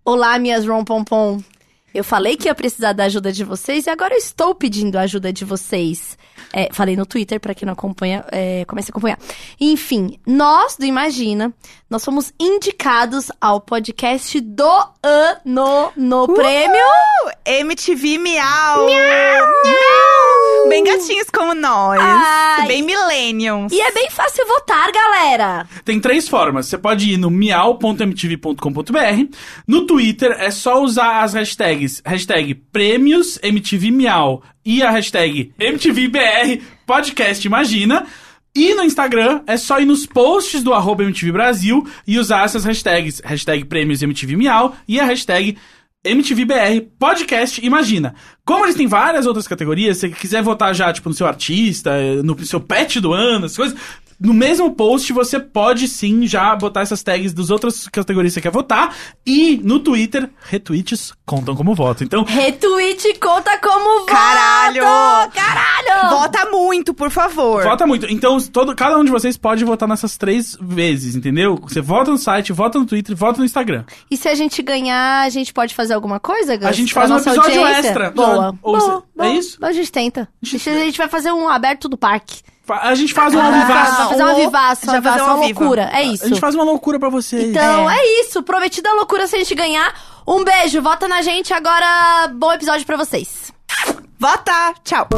Olá, minhas rompompom. Eu falei que ia precisar da ajuda de vocês e agora eu estou pedindo a ajuda de vocês. Falei no Twitter, pra quem não acompanha, comece a acompanhar. Enfim, nós do Imagina, nós fomos indicados ao podcast do ano no prêmio MTV Miau! Bem gatinhos como nós. Bem millennials. E é bem fácil votar, galera. Tem 3 formas. Você pode ir no miau.mtv.com.br. No Twitter é só usar as hashtags prêmios MTV Miau e a hashtag MTVBR Podcast Imagina. E no Instagram é só ir nos posts do @MTV Brasil e usar essas hashtags. Hashtag prêmios MTV Miau e a hashtag MTVBR Podcast Imagina. Como eles têm várias outras categorias, se você quiser votar já, tipo, no seu artista, no seu pet do ano, essas coisas, no mesmo post você pode sim já botar essas tags das outras categorias que você quer votar. E no Twitter, retweets contam como voto. Então, retweet conta como voto! Caralho! Caralho! Vota muito, por favor. Vota muito. Então, cada um de vocês pode votar nessas 3 vezes, entendeu? Você vota no site, vota no Twitter, vota no Instagram. E se a gente ganhar, a gente pode fazer alguma coisa, Gus? A gente faz um episódio extra. Boa. Boa. É isso? A gente tenta. A gente vai fazer um aberto do parque. A gente faz uma vivaça. Vai fazer uma vivaça, uma loucura. É isso. A gente faz uma loucura pra vocês. Então, é isso. Prometida loucura se a gente ganhar. Um beijo, vota na gente. Agora, bom episódio pra vocês. Vota! Tchau!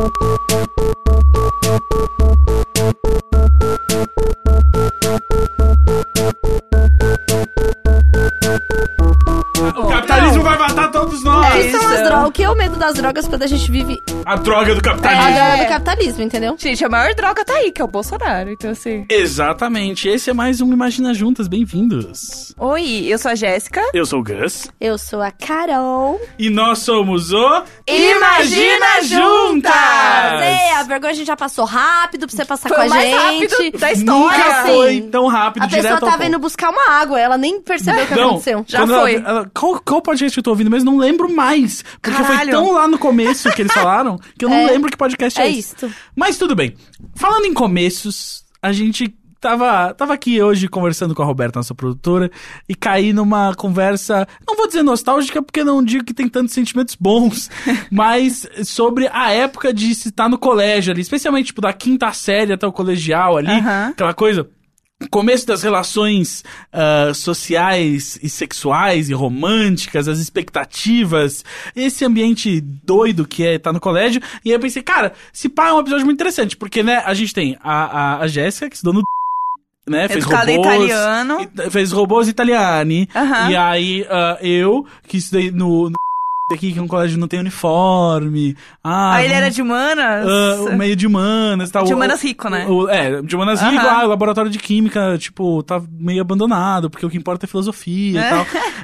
O capitalismo vai matar todos nós! O que é o medo das drogas quando a gente vive... A droga do capitalismo. A droga do capitalismo, entendeu? Gente, a maior droga tá aí, que é o Bolsonaro, então assim... Exatamente, esse é mais um Imagina Juntas, bem-vindos. Oi, eu sou a Jéssica. Eu sou o Gus. Eu sou a Carol. E nós somos o... Imagina Juntas! A vergonha a gente já passou rápido pra você passar foi com a mais gente. Rápido da história. Nunca foi tão rápido, direto ao ponto. A pessoa tava indo buscar uma água, ela nem percebeu o que aconteceu. Já foi. Qual podcast que eu tô ouvindo mesmo? Não lembro mais. Porque foi tão lá no começo que eles falaram que eu não lembro que podcast é esse. Isso. Mas tudo bem. Falando em começos, a gente tava aqui hoje conversando com a Roberta, nossa produtora, e caí numa conversa, não vou dizer nostálgica, porque não digo que tem tantos sentimentos bons, mas sobre a época de se estar no colégio ali, especialmente tipo da 5ª série até o colegial ali, aquela coisa... Começo das relações sociais e sexuais e românticas, as expectativas, esse ambiente doido que é estar no colégio. E aí eu pensei, cara, esse pá é um episódio muito interessante, porque, né, a gente tem a Jéssica, que estudou no... né, fez robôs italiano. Fez robôs italiani. E aí eu, que estudei no aqui, que um colégio não tem uniforme. Ele era de humanas? Meio de humanas. Tal. De humanas rico, né? De humanas rico. O laboratório de química, tipo, tá meio abandonado, porque o que importa é filosofia e tal.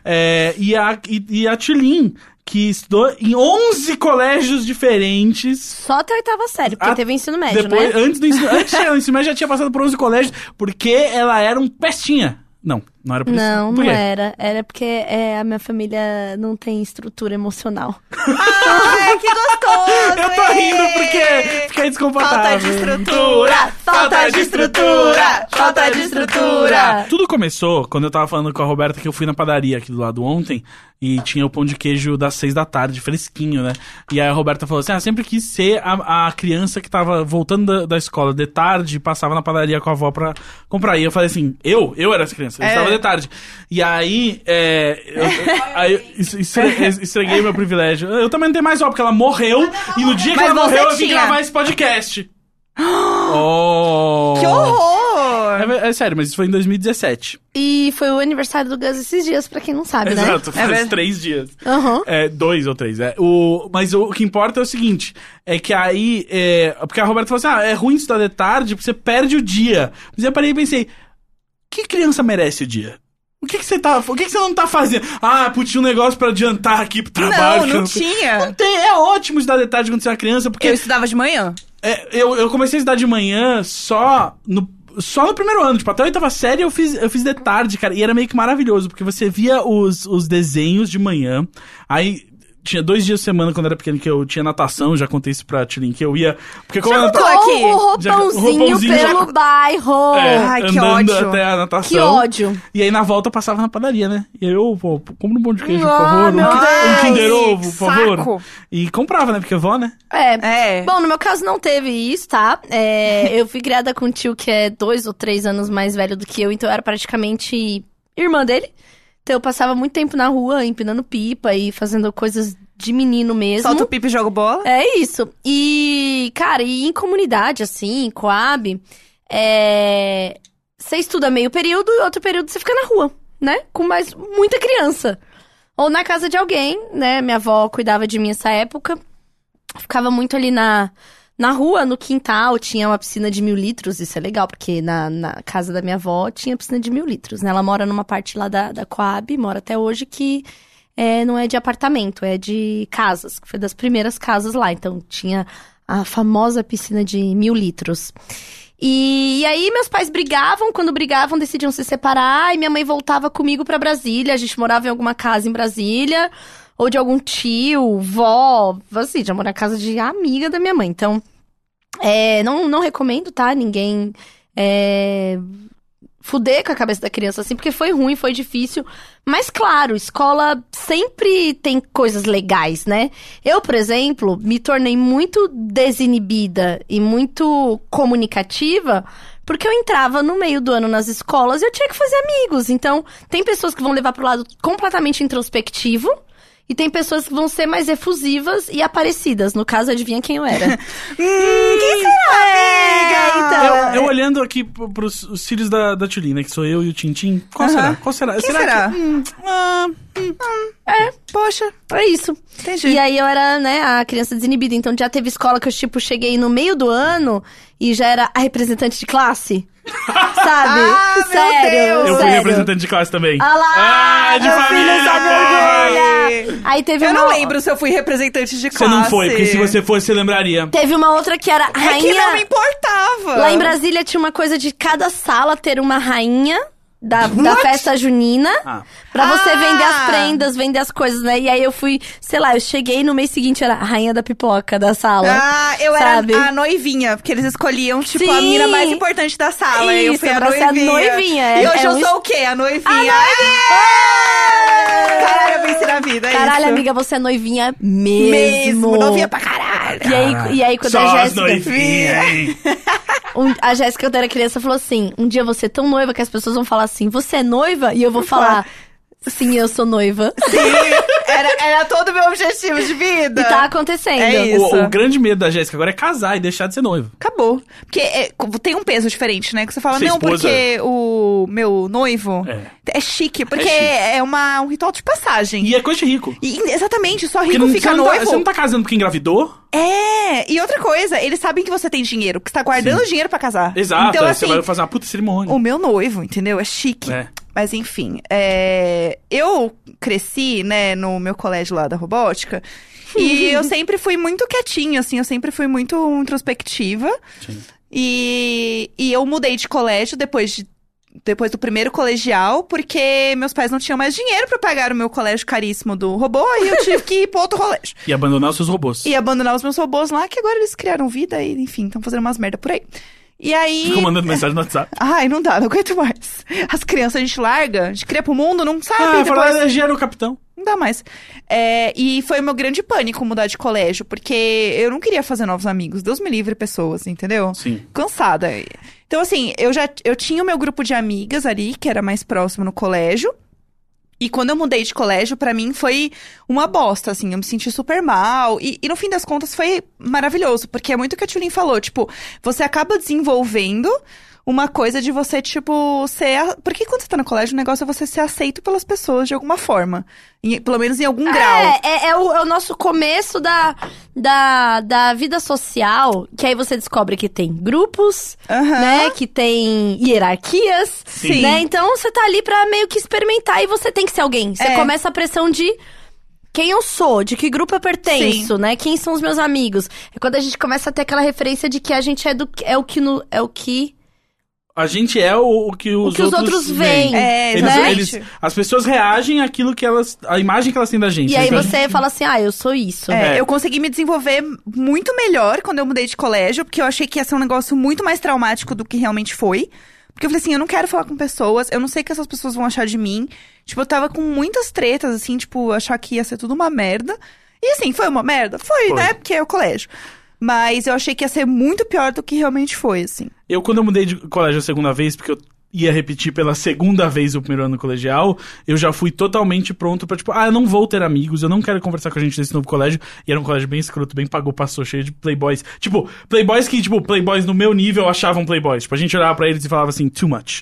E a Tulin, que estudou em 11 colégios diferentes. Só até a 8ª série, porque teve ensino médio, depois, né? Antes do ensino médio já tinha passado por 11 colégios, porque ela era um pestinha. Não era por isso. Não era. Era porque a minha família não tem estrutura emocional. Ai, que gostoso! Eu tô rindo porque fiquei desconfortável. Falta de estrutura! Tudo começou quando eu tava falando com a Roberta que eu fui na padaria aqui do lado ontem e tinha o pão de queijo das 6 da tarde, fresquinho, né? E aí a Roberta falou assim, sempre quis ser a criança que tava voltando da escola de tarde e passava na padaria com a avó pra comprar. E eu falei assim, eu era essa criança. Eu estava de tarde. E aí, estreguei meu privilégio. Eu também não tenho mais porque ela morreu. E no dia que ela morreu, eu vim gravar esse podcast. Que horror! É sério, mas isso foi em 2017. E foi o aniversário do Gus esses dias, pra quem não sabe, né? Exato, faz 3 dias. 2 ou 3, Mas o que importa é o seguinte, é que aí... porque a Roberta falou assim, é ruim estudar de tarde, porque você perde o dia. Mas eu parei e pensei, que criança merece o dia? O que você não tá fazendo? Tinha um negócio pra adiantar aqui pro trabalho. Não tinha. Não tem, é ótimo estudar de tarde quando você é criança, porque... Eu estudava de manhã. Eu comecei a estudar de manhã só no primeiro ano, tipo, até a 8ª série eu fiz de tarde, cara, e era meio que maravilhoso, porque você via os desenhos de manhã, aí tinha 2 dias de semana quando era pequeno que eu tinha natação, já contei isso pra Tilin, que eu ia... Porque como Já eu contou aqui. O roupãozinho pelo bairro. Ai, que andando ódio. até a natação. Que ódio. E aí na volta eu passava na padaria, né? E aí eu, pô, compra um pão de queijo, por Ah, favor. meu Um Deus, Kinder Ovo, por favor. saco. E comprava, né? Porque é vó, né? É. Bom, no meu caso não teve isso, tá? Eu fui criada com um tio que é 2 ou 3 anos mais velho do que eu, então eu era praticamente irmã dele. Então eu passava muito tempo na rua, empinando pipa e fazendo coisas de menino mesmo. Solta o pipa e joga bola. É isso. E, cara, em comunidade, assim, Coab, você estuda meio período e outro período você fica na rua, né? Com muita criança. Ou na casa de alguém, né? Minha avó cuidava de mim nessa época. Ficava muito ali na rua, no quintal, tinha uma piscina de 1000 litros. Isso é legal, porque na casa da minha avó tinha piscina de 1000 litros, né? Ela mora numa parte lá da Coab, mora até hoje, que não é de apartamento, é de casas. Foi das primeiras casas lá, então tinha a famosa piscina de 1000 litros. E aí meus pais brigavam, quando brigavam decidiam se separar, e minha mãe voltava comigo pra Brasília, a gente morava em alguma casa em Brasília, ou de algum tio, vó, assim, já morava na casa de amiga da minha mãe. Então, não recomendo, tá? Ninguém fuder com a cabeça da criança assim, porque foi ruim, foi difícil. Mas, claro, escola sempre tem coisas legais, né? Eu, por exemplo, me tornei muito desinibida e muito comunicativa porque eu entrava no meio do ano nas escolas e eu tinha que fazer amigos. Então, tem pessoas que vão levar pro lado completamente introspectivo e tem pessoas que vão ser mais efusivas e aparecidas. No caso, adivinha quem eu era? Quem será, amiga? Então, Eu olhando aqui pros os filhos da Tulin, né? Que sou eu e o Tintin. Qual será? Qual será? Quem será? Poxa, é isso. Entendi. E aí eu era, né, a criança desinibida. Então já teve escola que eu, tipo, cheguei no meio do ano e já era a representante de classe. Sabe? meu Sério, Deus. Eu fui sério. representante de classe também. Ah lá, de meu família, filho, só boy! vergonha. Aí teve Eu uma... não lembro se eu fui representante de classe. Você não foi, porque se você fosse, você lembraria. Teve uma outra que era É rainha... que não me importava. Lá em Brasília tinha uma coisa de cada sala ter uma rainha da festa junina. Pra você vender as prendas, vender as coisas, né? E aí eu fui, sei lá, eu cheguei no mês seguinte, era a rainha da pipoca da sala. Eu sabe? era a noivinha, porque eles escolhiam, tipo, Sim. a menina mais importante da sala. E eu Isso, fui a pra ser a noivinha. E hoje É eu um sou o quê? A noivinha. Caralho, eu venci na vida, Caralho, isso. amiga, você é noivinha mesmo. Novinha pra caralho. E aí quando Só a as Jéssica... noivinhas, hein? A Jéssica, quando era criança, falou assim, um dia você é tão noiva que as pessoas vão falar assim, você é noiva? E eu vou falar, sim, eu sou noiva. Sim, era todo o meu objetivo de vida. E tá acontecendo. É isso. O grande medo da Jéssica agora é casar e deixar de ser noiva. Acabou. Porque tem um peso diferente, né? Que você fala, Sua não, esposa. porque o meu noivo é chique. Porque chique. é um ritual de passagem. E é coisa de rico. Exatamente, só Porque rico fica você noivo. você não tá casando porque engravidou? E outra coisa, eles sabem que você tem dinheiro, que você tá guardando dinheiro pra casar. Exato, Então, aí assim, você vai fazer uma puta cerimônia. o meu noivo, entendeu? É chique. É. Mas enfim, eu cresci, né, no meu colégio lá da robótica. E eu sempre fui muito quietinha, assim, eu sempre fui muito introspectiva. Sim. E eu mudei de colégio depois do primeiro colegial, porque meus pais não tinham mais dinheiro pra pagar o meu colégio caríssimo do robô, e eu tive que ir pra outro colégio. E abandonar os seus robôs. E abandonar os meus robôs lá, que agora eles criaram vida e, enfim, estão fazendo umas merda por aí. E aí... Ficou mandando mensagem no WhatsApp. Ai, não dá, não aguento mais. As crianças a gente larga, a gente cria pro mundo, não sabe, Falou, depois... energia no capitão. Não dá mais. E foi o meu grande pânico mudar de colégio, porque eu não queria fazer novos amigos. Deus me livre pessoas, entendeu? Sim. Cansada. Então, assim, eu tinha o meu grupo de amigas ali, que era mais próximo no colégio. E quando eu mudei de colégio, pra mim foi uma bosta, assim. Eu me senti super mal. E no fim das contas foi maravilhoso. Porque é muito o que a Tulin falou. Tipo, você acaba desenvolvendo uma coisa de você, tipo, ser... Porque quando você tá no colégio, o negócio é você ser aceito pelas pessoas de alguma forma. Pelo menos em algum grau. É o nosso começo da vida social, que aí você descobre que tem grupos, né? Que tem hierarquias, Sim. né? Então você tá ali pra meio que experimentar e você tem que ser alguém. Você começa a pressão de... Quem eu sou, de que grupo eu pertenço, né? Quem são os meus amigos. É quando a gente começa a ter aquela referência de que a gente é o que A gente é o que os outros veem. Exatamente. As pessoas reagem àquilo que a imagem que elas têm da gente. E aí então você fala assim, eu sou isso. Eu consegui me desenvolver muito melhor quando eu mudei de colégio, porque eu achei que ia ser um negócio muito mais traumático do que realmente foi. Porque eu falei assim, eu não quero falar com pessoas, eu não sei o que essas pessoas vão achar de mim. Tipo, eu tava com muitas tretas, assim, tipo, achar que ia ser tudo uma merda. E assim, foi uma merda? Foi, né? Porque é o colégio. Mas eu achei que ia ser muito pior do que realmente foi, assim. Quando eu mudei de colégio a segunda vez, porque eu ia repetir pela segunda vez o primeiro ano colegial, eu já fui totalmente pronto pra, tipo, eu não vou ter amigos, eu não quero conversar com a gente desse novo colégio. E era um colégio bem escroto, bem passou, cheio de playboys. Tipo, playboys que, tipo, playboys no meu nível achavam playboys. Tipo, a gente olhava pra eles e falava assim, too much.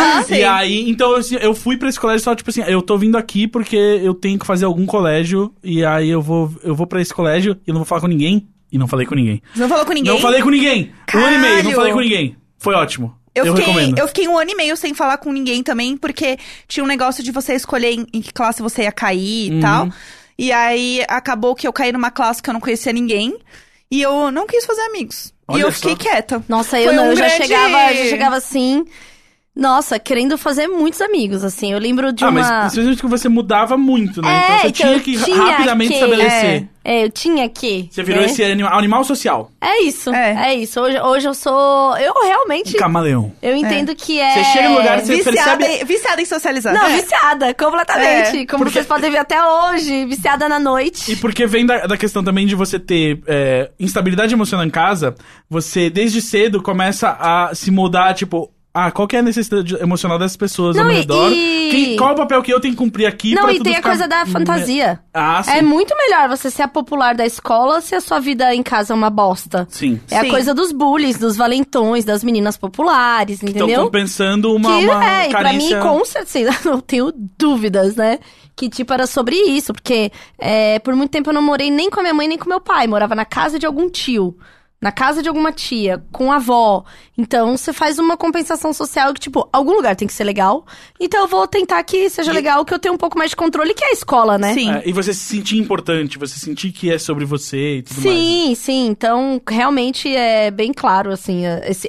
E aí, então, assim, eu fui pra esse colégio só, tipo assim, eu tô vindo aqui porque eu tenho que fazer algum colégio, e aí eu vou pra esse colégio e eu não vou falar com ninguém. E não falei com ninguém. Você não falou com ninguém? Não falei com ninguém. Caralho. 1 ano e meio, não falei com ninguém. Foi ótimo. Eu recomendo. Eu fiquei 1 ano e meio sem falar com ninguém também, porque tinha um negócio de você escolher em que classe você ia cair e tal. E aí, acabou que eu caí numa classe que eu não conhecia ninguém. E eu não quis fazer amigos. Olha e eu só. fiquei quieta. Nossa, eu já chegava assim... Nossa, querendo fazer muitos amigos, assim. Eu lembro de uma... mas simplesmente que você mudava muito, né? Então você tinha que rapidamente estabelecer. Eu tinha que. Você virou esse animal social. É isso, é isso. Hoje eu sou... Eu realmente... Camaleão. Eu entendo que é... Você chega no lugar e você percebe... Viciada em socializar. Não, viciada, completamente. Como vocês podem ver até hoje, viciada na noite. E porque vem da questão também de você ter instabilidade emocional em casa, você desde cedo começa a se moldar, tipo... qual que é a necessidade emocional dessas pessoas ao meu redor? Qual é o papel que eu tenho que cumprir aqui pra tudo e tem a coisa da fantasia. Sim. É muito melhor você ser a popular da escola se a sua vida em casa é uma bosta. Sim. É a coisa dos bullies, dos valentões, das meninas populares, entendeu? Estão compensando uma e pra mim, carícia... com certeza, não tenho dúvidas, né? Que, tipo, era sobre isso. Porque por muito tempo eu não morei nem com a minha mãe, nem com meu pai. Morava na casa de algum tio. Na casa de alguma tia, com a avó. Então, você faz uma compensação social que, tipo, algum lugar tem que ser legal. Então, eu vou tentar que seja legal, que eu tenha um pouco mais de controle, que é a escola, né? Sim. E você se sentir importante, você sentir que é sobre você e tudo mais. Sim. Então, realmente é bem claro, assim,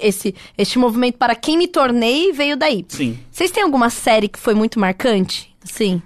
este movimento para quem me tornei veio daí. Sim. Vocês têm alguma série que foi muito marcante? Sim.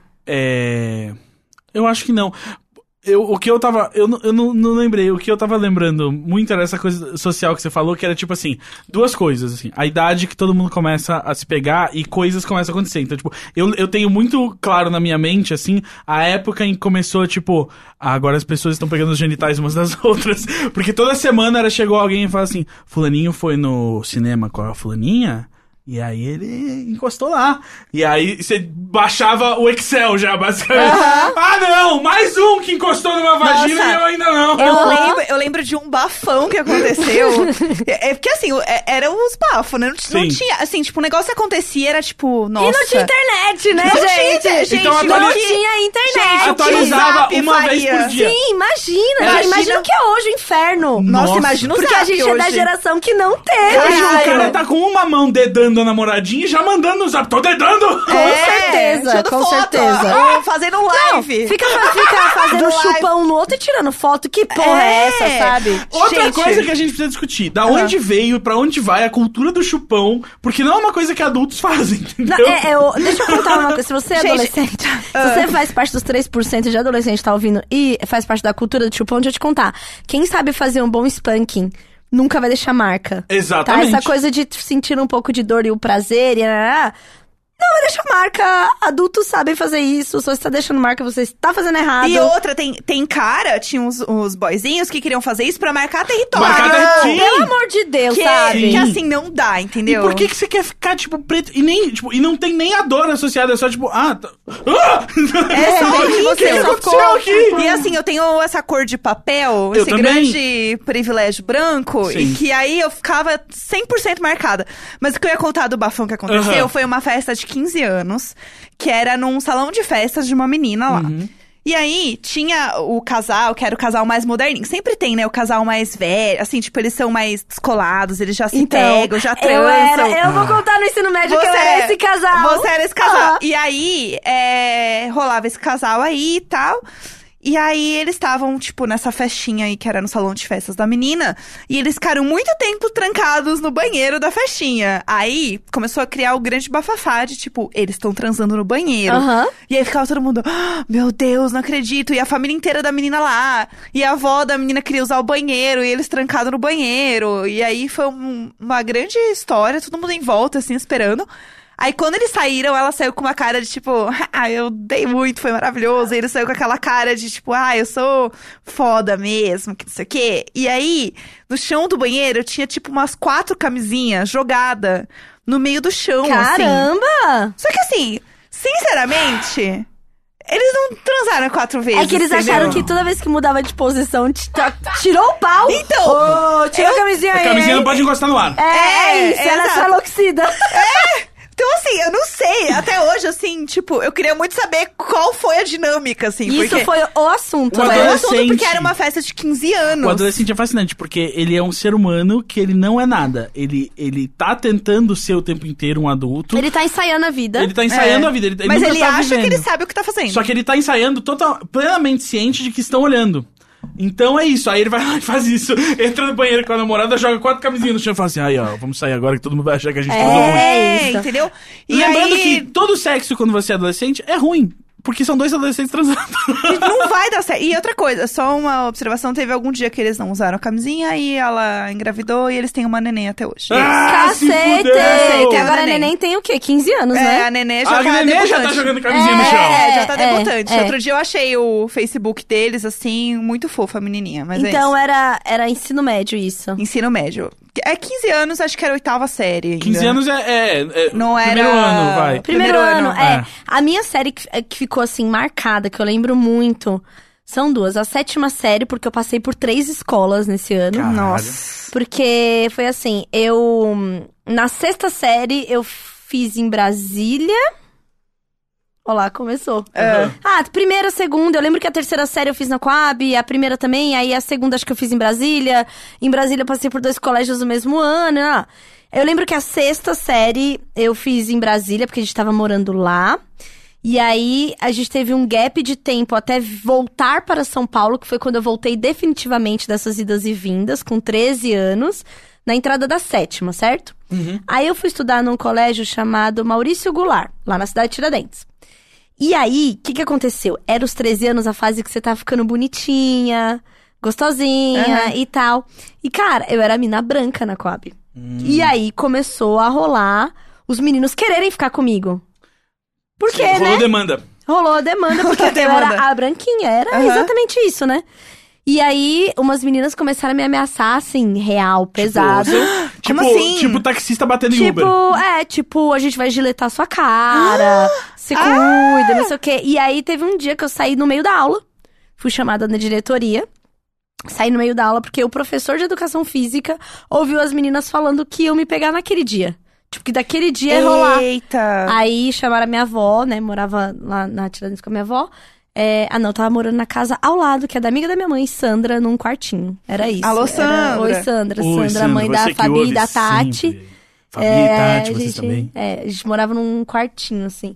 Eu acho que não. O que eu tava... Eu não lembrei. O que eu tava lembrando muito era essa coisa social que você falou, que era tipo assim, 2 coisas, assim. A idade que todo mundo começa a se pegar e coisas começam a acontecer. Então, tipo, eu tenho muito claro na minha mente, assim, a época em que começou, tipo... agora as pessoas estão pegando os genitais umas das outras. Porque toda semana chegou alguém e falava assim, fulaninho foi no cinema com a fulaninha... E aí ele encostou lá. E aí você baixava o Excel já, basicamente. Não! Mais um que encostou numa vagina e eu ainda não. Eu lembro de um bafão que aconteceu. Porque assim, eram os bafos, né? Não tinha, assim, tipo, o negócio acontecia, era tipo, nossa... E não tinha internet, né, gente? Então, não tinha internet. Atualizava uma vez por dia. Sim, imagina o que é hoje o inferno. Nossa, imagina o Porque a gente é da geração que não teve. O cara tá com uma mão dedando a namoradinha e já mandando no zap. Tô dedando! Com certeza. Fazendo live. Não, fica fazendo chupão no outro e tirando foto. Que porra é essa, sabe? Outra coisa que a gente precisa discutir. Da onde veio e pra onde vai a cultura do chupão. Porque não é uma coisa que adultos fazem, entendeu? Deixa eu contar uma coisa. Se você é adolescente, se você faz parte dos 3% de adolescente tá ouvindo e faz parte da cultura do chupão, deixa eu te contar. Quem sabe fazer um bom spanking nunca vai deixar marca. Exatamente. Tá? Essa coisa de sentir um pouco de dor e o prazer e... Não vai deixar marca. Adultos sabem fazer isso. Se você está deixando marca, você está fazendo errado. E outra, tem cara, tinha os boyzinhos que queriam fazer isso pra marcar território. Pelo amor de Deus, sabe? Que assim, não dá, entendeu? E por que você quer ficar, tipo, preto? E não tem nem a dor associada, é só, tipo, o que aconteceu aqui? E assim, eu tenho essa cor de papel, esse grande privilégio branco, e que aí eu ficava 100% marcada. Mas o que eu ia contar do bafão que aconteceu foi uma festa de 15 anos, que era num salão de festas de uma menina lá. E aí, tinha o casal, que era o casal mais moderninho. Sempre tem, né, o casal mais velho, assim, tipo, eles são mais descolados, eles já se pegam, já transam. Eu vou contar no ensino médio que eu era esse casal. Você era esse casal. E aí, rolava esse casal aí e tal. E aí, eles estavam, tipo, nessa festinha aí, que era no salão de festas da menina. E eles ficaram muito tempo trancados no banheiro da festinha. Aí, começou a criar o grande bafafá de, tipo, eles estão transando no banheiro. Aham. E aí, ficava todo mundo, meu Deus, não acredito. E a família inteira da menina lá. E a avó da menina queria usar o banheiro. E eles trancados no banheiro. E aí, foi uma grande história. Todo mundo em volta, assim, esperando. Aí, quando eles saíram, ela saiu com uma cara de, tipo, eu dei muito, foi maravilhoso. E ele saiu com aquela cara de, tipo, eu sou foda mesmo, que não sei o quê. E aí, no chão do banheiro, tinha, tipo, umas 4 camisinhas jogadas no meio do chão, assim. Caramba! Só que, assim, sinceramente, eles não transaram 4 vezes, É que eles entendeu? acharam que toda vez que mudava de posição, tirou o pau. Então, tirou a camisinha A aí. camisinha não pode encostar no ar. É isso, ela é exato. enlouquecida. Então, assim, eu não sei. Até hoje, assim, tipo, eu queria muito saber qual foi a dinâmica, assim. Isso porque foi o assunto, O né? foi um adolescente. assunto porque era uma festa de 15 anos. O adolescente é fascinante, porque ele é um ser humano que ele não é nada. Ele tá tentando ser o tempo inteiro um adulto. Ele tá ensaiando a vida. Ele tá ensaiando a vida. Ele Mas nunca ele tá acha vivendo. que ele sabe o que tá fazendo. Só que ele tá ensaiando plenamente ciente de que estão olhando. Então é isso, aí ele vai lá e faz isso. Entra no banheiro com a namorada, joga 4 camisinhas no chão e fala assim, aí ó, vamos sair agora que todo mundo vai achar que a gente tá ruim. isso. Entendeu? E Lembrando aí, que todo sexo quando você é adolescente é ruim. Porque são 2 adolescentes transando. não vai dar certo. E outra coisa, só uma observação, teve algum dia que eles não usaram a camisinha e ela engravidou e eles têm uma neném até hoje. Se Cacete! fudeu! Que agora a Neném. neném tem o quê? 15 anos, né? A neném já A tá neném debutante. já tá jogando camisinha no chão. Já tá É, debutante. é. Outro dia eu achei o Facebook deles, assim, muito fofa a menininha, mas Então é era ensino médio isso. isso. Ensino médio. É 15 anos, acho que era 8ª série ainda. 15 anos Não era... primeiro ano, vai. Primeiro ano, é. A minha série que ficou assim marcada, que eu lembro muito, são 2. A 7ª série, porque eu passei por 3 escolas nesse ano. Caralho. Nossa. Porque foi assim, na 6ª série eu fiz em Brasília. Olha lá, começou. Primeira, segunda, eu lembro que a 3ª série eu fiz na Coab, a primeira também, aí a segunda acho que eu fiz em Brasília. Em Brasília eu passei por 2 colégios no mesmo ano. Eu lembro que a 6ª série eu fiz em Brasília, porque a gente tava morando lá. E aí, a gente teve um gap de tempo até voltar para São Paulo, que foi quando eu voltei definitivamente dessas idas e vindas, com 13 anos, na entrada da 7ª, certo? Uhum. Aí eu fui estudar num colégio chamado Maurício Goulart, lá na cidade de Tiradentes. E aí, o que aconteceu? Era os 13 anos a fase que você tá ficando bonitinha, gostosinha e tal. E, cara, eu era a mina branca na Coab. E aí, começou a rolar os meninos quererem ficar comigo. Por quê, Rolou né? demanda. Rolou a demanda, porque eu era a branquinha. Era exatamente isso, né? E aí, umas meninas começaram a me ameaçar, assim, real, pesado. Como assim? Tipo taxista batendo em Uber. A gente vai giletar sua cara, se cuida, não sei o quê. E aí, teve um dia que eu saí no meio da aula, fui chamada na diretoria, saí no meio da aula porque o professor de educação física ouviu as meninas falando que iam me pegar naquele dia. Tipo, que daquele dia ia rolar. Eita! Aí, chamaram a minha avó, né, morava lá na Tiradentes com a minha avó. Eu tava morando na casa ao lado, que é da amiga da minha mãe, Sandra, num quartinho. Era isso. Alô, Sandra. Oi, Sandra. Oi, Sandra, mãe da você que Fabi ouve e da Tati. sempre. Fabi e Tati, a vocês gente, também. a gente morava num quartinho, assim.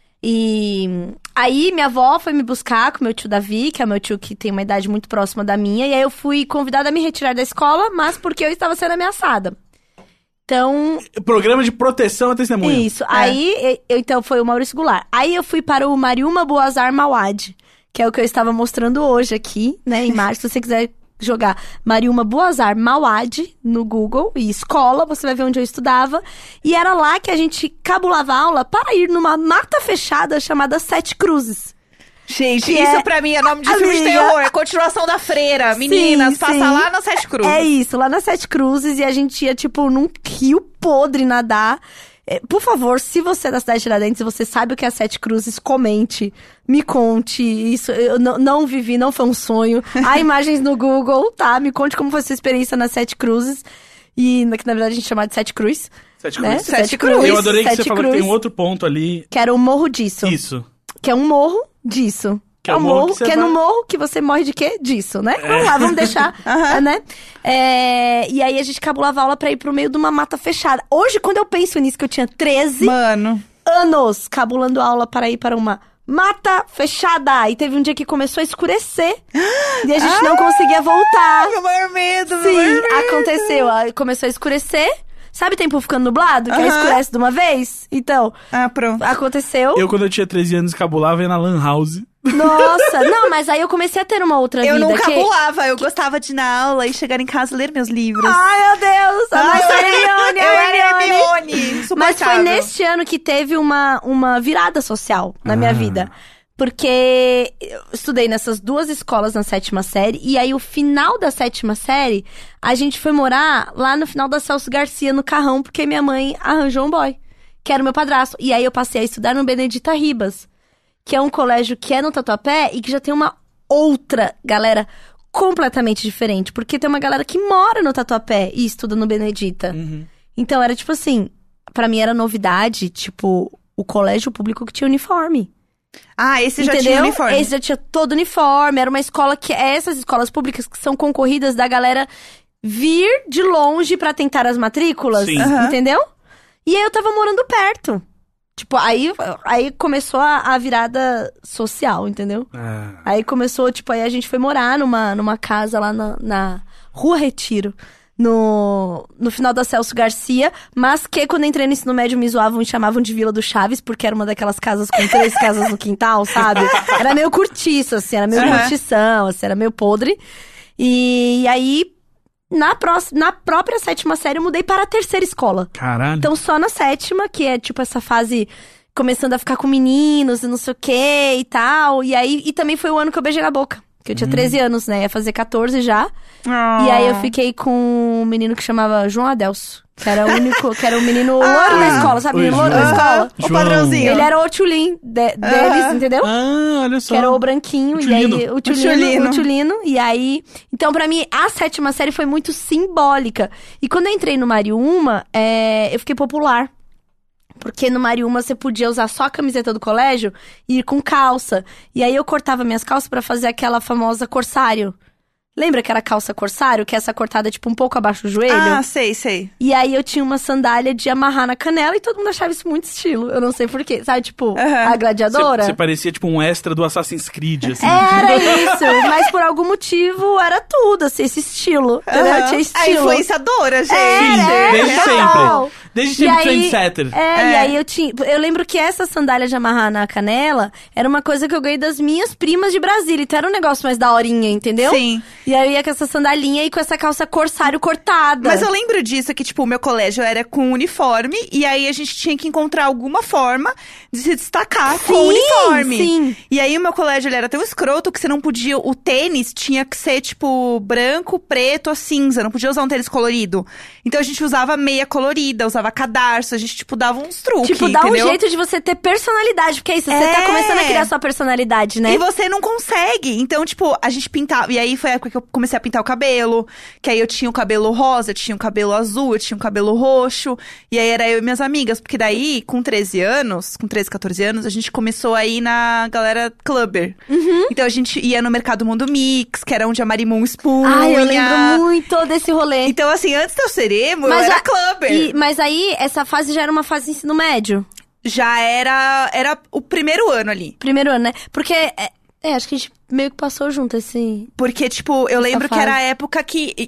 E aí, minha avó foi me buscar com meu tio Davi, que é meu tio que tem uma idade muito próxima da minha. E aí, eu fui convidada a me retirar da escola, mas porque eu estava sendo ameaçada. Então... Programa de proteção à testemunha. Isso. Aí, então, foi o Maurício Goulart. Aí, eu fui para o Mariuma Boazar Mauad, que é o que eu estava mostrando hoje aqui, né, em março. Se você quiser jogar Mariuma Boazar Mauad no Google e escola, você vai ver onde eu estudava. E era lá que a gente cabulava aula para ir numa mata fechada chamada Sete Cruzes. Gente, Que isso é- pra mim é nome de filme de Amiga. terror. É continuação da Freira. Meninas, passa sim. lá na Sete Cruzes. É isso, lá nas Sete Cruzes, e a gente ia, tipo, num rio podre nadar. Por favor, se você é da cidade de Tiradentes e você sabe o que é Sete Cruzes, comente, me conte. Isso eu não vivi, não foi um sonho. Há imagens no Google, tá? Me conte como foi a sua experiência nas Sete Cruzes. E que na verdade a gente chama de Sete Cruz. Sete Né? Cruzes. Sete Cruz. Eu adorei que Sete você falou que Cruz, tem um outro ponto ali. que era o Morro Disso. Isso. Que é um morro disso. Que é o morro que você é vai- no morro que você morre de quê? Disso, né? Vamos lá, vamos deixar, né? E aí a gente cabulava aula pra ir pro meio de uma mata fechada. Hoje, quando eu penso nisso, que eu tinha 13 Mano. anos cabulando aula para ir para uma mata fechada. E teve um dia que começou a escurecer. E a gente não conseguia voltar. Meu maior medo, Sim, aconteceu. Começou a escurecer. Sabe tempo ficando nublado? Que aí escurece de uma vez? Então, pronto. aconteceu. Eu, quando eu tinha 13 anos, cabulava e ia na Lan House. Nossa, não, mas aí eu comecei a ter uma outra vida. Eu não cabulava, eu gostava de ir na aula e chegar em casa e ler meus livros. Ai, meu Deus! A nossa Hermione, eu era Hermione. Hermione. Mas foi neste ano que teve uma virada social na minha vida. Porque eu estudei nessas 2 escolas na 7ª série. E aí, o final da 7ª série, a gente foi morar lá no final da Celso Garcia, no Carrão. Porque minha mãe arranjou um boy, que era o meu padrasto. E aí, eu passei a estudar no Benedita Ribas, que é um colégio que é no Tatuapé e que já tem uma outra galera completamente diferente. Porque tem uma galera que mora no Tatuapé e estuda no Benedita. Então, era tipo assim, pra mim era novidade, tipo, o colégio público que tinha uniforme. Esse já tinha uniforme. Esse já tinha todo uniforme. Era uma escola que... essas escolas públicas que são concorridas da galera vir de longe pra tentar as matrículas. Sim. Entendeu? E aí eu tava morando perto. Tipo, aí começou a virada social, entendeu? Aí começou, tipo, aí a gente foi morar numa casa lá na Rua Retiro. No final da Celso Garcia, mas que quando entrei no ensino médio me zoavam e chamavam de Vila do Chaves, porque era uma daquelas casas com 3 casas no quintal, sabe? Era meio curtiço, assim, era meio curtição, assim, era meio podre. E aí, na própria 7ª série, eu mudei para a 3ª escola. Caralho. Então, só na 7ª, que é tipo essa fase começando a ficar com meninos e não sei o que e tal. E aí, e também foi o ano que eu beijei na boca. Que eu tinha 13 anos, né? Ia fazer 14 já. E aí eu fiquei com um menino que chamava João Adelso. Que era o único, que era o menino louro da escola, sabe? O menino louro da escola. O padrãozinho. Ele era o tchulin deles, entendeu? Olha só. Que era o branquinho. E aí, o tchulino. E aí... Então, pra mim, a 7ª série foi muito simbólica. E quando eu entrei no Mariúma, eu fiquei popular. Porque no Mariúma você podia usar só a camiseta do colégio e ir com calça. E aí eu cortava minhas calças pra fazer aquela famosa corsário. Lembra que era calça corsário? Que é essa cortada, tipo, um pouco abaixo do joelho? Sei. E aí eu tinha uma sandália de amarrar na canela e todo mundo achava isso muito estilo. Eu não sei porquê. Sabe, tipo, a gladiadora? Você parecia, tipo, um extra do Assassin's Creed, assim. Era isso. Mas por algum motivo era tudo, assim, esse estilo. Entendeu? Tinha estilo. A influenciadora, gente. Desde sempre. Desde sempre trendsetter. E aí eu lembro que essa sandália de amarrar na canela era uma coisa que eu ganhei das minhas primas de Brasília. Então era um negócio mais daorinha, entendeu? Sim. E aí eu ia com essa sandalinha e com essa calça corsário cortada. Mas eu lembro disso, que tipo, o meu colégio era com uniforme. E aí a gente tinha que encontrar alguma forma de se destacar com o uniforme. Sim. E aí o meu colégio, ele era tão escroto que você não podia... O tênis tinha que ser, tipo, branco, preto ou cinza. Não podia usar um tênis colorido. Então a gente usava meia colorida, usava cadarço. A gente, tipo, dava uns truques, tipo, dá entendeu? um jeito de você ter personalidade. Porque é isso, você tá começando a criar sua personalidade, né? E você não consegue. Então, tipo, a gente pintava... E aí foi a época que eu comecei a pintar o cabelo. Que aí eu tinha o cabelo rosa, eu tinha o cabelo azul, eu tinha o cabelo roxo. E aí era eu e minhas amigas. Porque daí, com 13 anos, com 13, 14 anos, a gente começou a ir na galera clubber. Então a gente ia no Mercado Mundo Mix, que era onde a Marimun expunha. Ai, eu lembro muito desse rolê. Então, assim, antes de eu ser emo, eu era clubber. Mas aí, essa fase já era uma fase de ensino médio? Já era o primeiro ano ali. Primeiro ano, né? Porque, acho que a gente meio que passou junto, assim. Porque, tipo, eu lembro que era a época que...